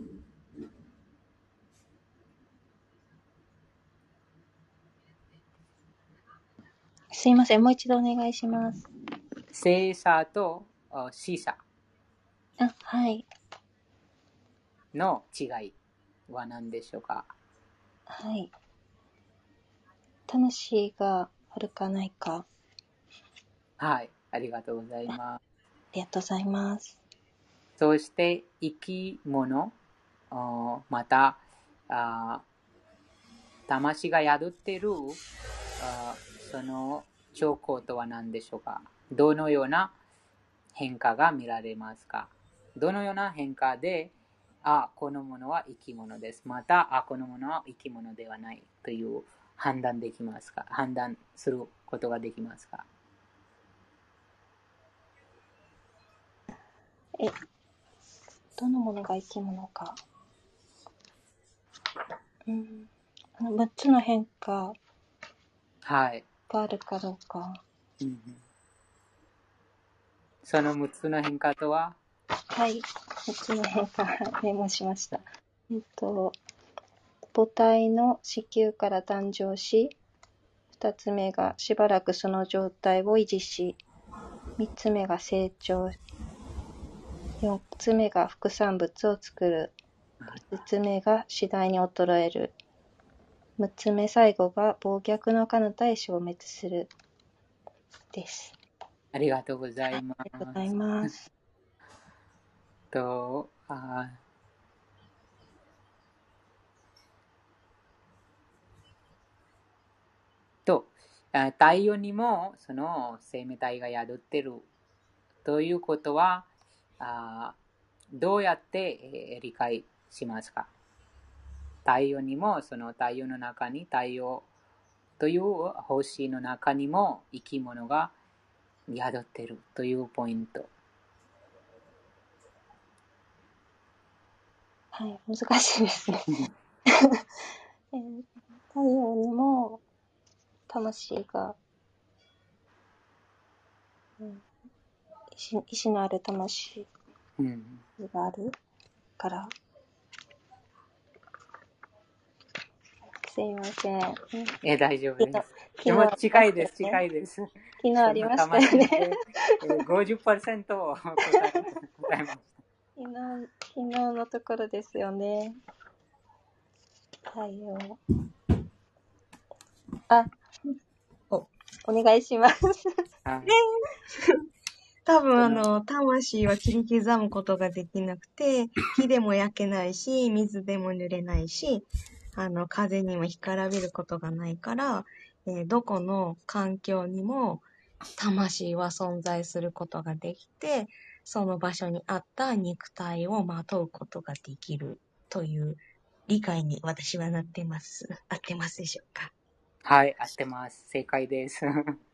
すいません、もう一度お願いします。 生者と死者あ、はい。 の違いは何でしょうか？ はい。魂があるかないか。 はい、ありがとうございます。 ありがとうございます。 そして生き物、またあ魂が宿っているあその兆候とは何でしょうか？どのような変化が見られますか？どのような変化で、あ、このものは生き物です。また、あ、このものは生き物ではないという判断できますか？判断することができますか？ え、どのものが生き物か。うん。あのむっつの変化はい。 があるかどうか。 うんうん、そのむっつの変化とは？ はい。むっつの変化、メモしました。えっと、母体の子宮から誕生し、二つ目がしばらくその状態を維持し、三つ目が成長、四つ目が副産物を作る、五つ目が次第に衰える、六つ目最後が暴虐の彼方へ消滅するです。 ありがとうございます。 ありがとうございます。 とあと太陽にもその生命体が宿っているということはあどうやって、えー、理解しますか？太陽にもその太陽の中に太陽という星の中にも生き物が宿っているというポイント。 はい、難しいですね。えー、太陽にも魂が、うん、意志、意志のある魂があるから、 すいません。 え、大丈夫です。 昨でも日近いです、近いです。 昨日ありましたよそのね。 魂で ごじゅっパーセント 答え答えました。 昨日、昨日のところですよね。対応。あ、 お、 お願いします。 はい。 多分あそのの、魂は切り刻むことができなくて、火でも焼けないし、水でも濡れないし、あの、風にも干からびることがないから、えーどこの環境にも魂は存在することができて、その場所に合った肉体をまとうことができるという理解に私はなってます。合ってますでしょうか？ はい、合ってます。正解です。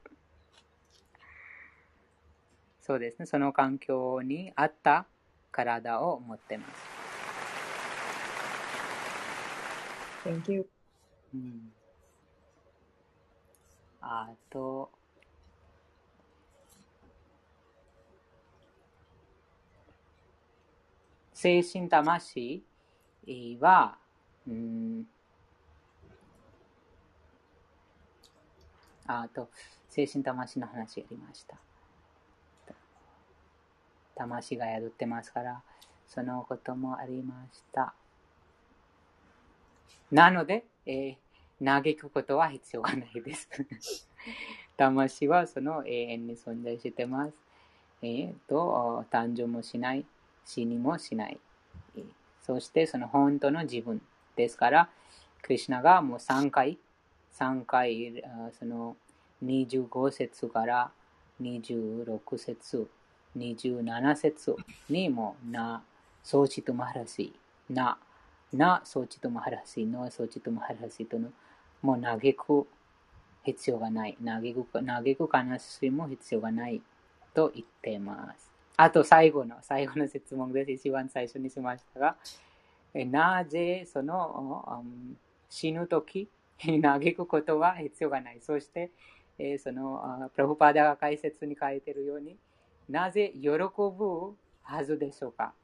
そうですね。その環境に合った体を持ってます。 Thank you. うん、あと、精神魂は、うん、あと、精神魂の話ありました。魂が宿ってますから、そのこともありました。なので、えー、嘆くことは必要がないです。魂はその永遠に存在してます。えー、と、誕生もしない、死にもしない。そしてその本当の自分ですから、クリシュナがもうさんかい、さんかい、そのにじゅうご節からにじゅうろく節、にじゅうなな節にもな、ソーチトマハラシ、な、な、ソーチトマハラシ、の、ソーチトマハラシとの、もう嘆く必要がない。嘆く、嘆く悲しみも必要がないと言っています。あと最後の、最後の質問です。一番最初にしましたが、なぜその、うん、死ぬとき、嘆くことは必要がない。そして、えー、その、プラブパーダが解説に書いているように、なぜ喜ぶはずでしょうか？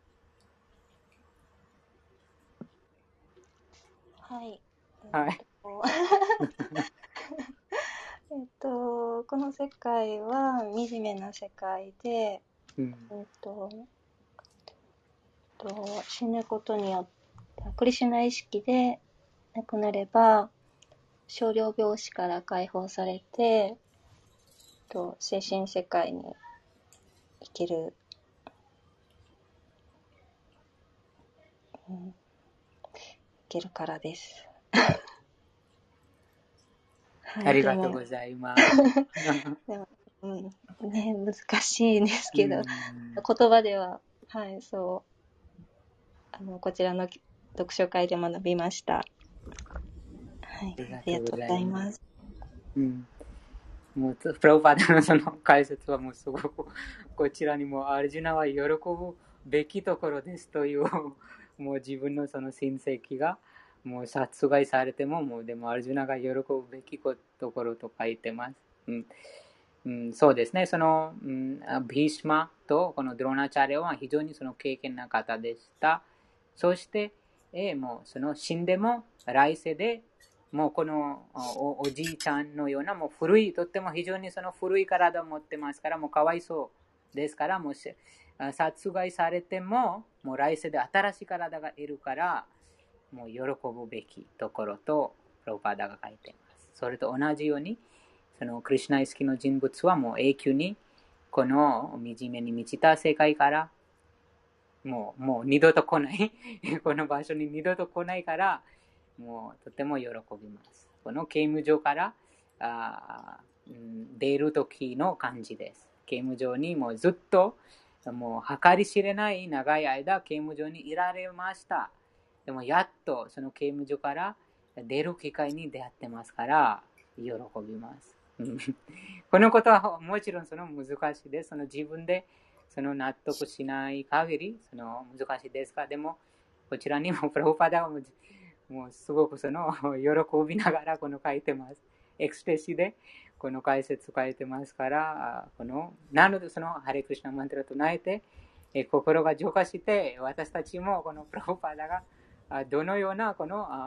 はい。 はい。 えっと、この世界は惨めな世界で、うん、えっと、と死ぬことによってクリシュナ意識で亡くなれば少量病死から解放されてと精神世界に生きる、うん、生きるからです。はい、 ありがとうございます。 でも、うん、ね、難しいんですけど、言葉では、はい、そう、あの、こちらの読書会で学びました。はい、ありがとうございます。 うん、もうプラブパーダのその解説はもうすごくこちらにもアルジュナは喜ぶべきところですというもう自分のその親戚がもう殺害されてももうでもアルジュナが喜ぶべきところと書いてます。うんうん、そうですね。その、うん、ビーシマとこのドローナチャリアは非常にその経験な方でした。そして、えー、もうその死んでも来世でもうこの お, おじいちゃんのようなもう古い、とっても非常にその古い体を持ってますから、もうかわいそうですから、もし殺害されても、もう来世で新しい体がいるから、もう喜ぶべきところと、プロパーダが書いています。それと同じように、そのクリシュナ意識の人物はもう永久にこの惨めに満ちた世界からもう、もう二度と来ない。この場所に二度と来ないから、もうとても喜びます。この刑務所からあ、うん、出る時の感じです。刑務所にもうずっと、もう計り知れない長い間刑務所にいられました。でもやっとその刑務所から出る機会に出会ってますから、喜びます。このことはもちろんその難しいです。その自分でその納得しない限りその難しいですが、でもこちらにもプラブパダがもう、もうすごくその喜びながらこの書いてます。エクステシーでこの解説書いてますから、このなのでそのハレクリシュナマントラと唱えて、え心が浄化して、私たちもこのプラブパダがどのようなこの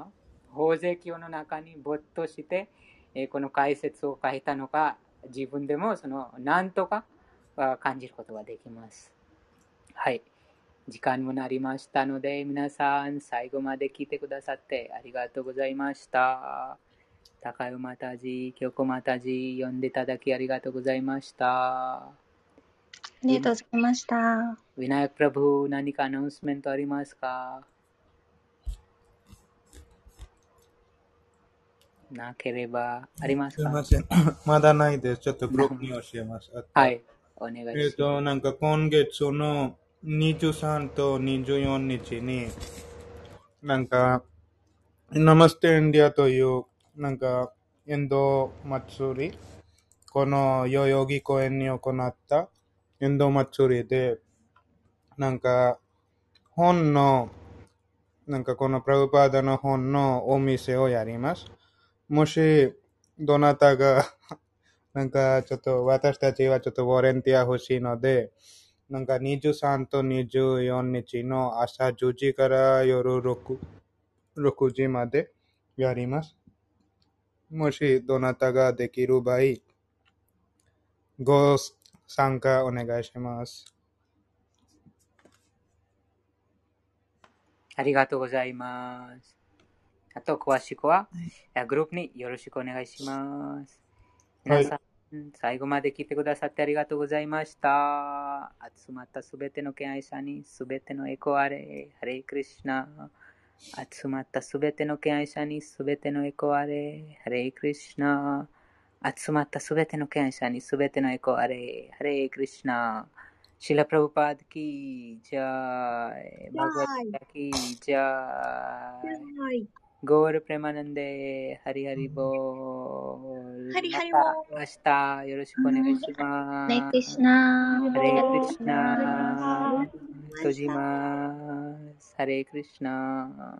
法税教の中に没頭して、えー、この解説を書いたのか、自分でもその何とか感じることができます。はい。時間もなりましたので、皆さん最後まで聞いてくださってありがとうございました。高代マタジ、京子マタジ、読んでいただきありがとうございました。 ありがとうございました。 ウィナヤクプラブ、何かアナウンスメントありますか？なければありますか？ すいません。まだないです。ちょっとグループに教えます。 はい、お願いします。 えっと、なんか今月のにじゅうさんとにじゅうよっかに、なんか、ナマステインディアという、なんか、インド祭り、この代々木公園に行ったインド祭りで、なんか、本の、なんかこのプラブパーダの本のお店をやります。もし、どなたが、なんかちょっと私たちはちょっとボランティア欲しいので、なんかにじゅうさんとにじゅうよっかの朝じゅうじから夜ろくじまでやります。もしどなたができる場合、ご参加お願いします。 ありがとうございます。あと詳しくはグループによろしくお願いします。皆さん、はい、最後まで聞いてくださってありがとうございました。集まったすべての敬愛者にすべてのエコあれ、ハレイクリシュナ。集まったすべての敬愛者にすべてのエコあれ、ハレイクリシュナ。集まったすべての敬愛者にすべてのエコあれ、ハレイクリシュナ。シラプラブパードきジャイ、バグワッタきジャイ、ゴールプレマナンデ、ハリハリボール。 ハリハリボール。 また明日よろしくお願いします。 ハレイクリシュナー。 ハレイクリシュナー。閉じます。ハレイクリシュナー。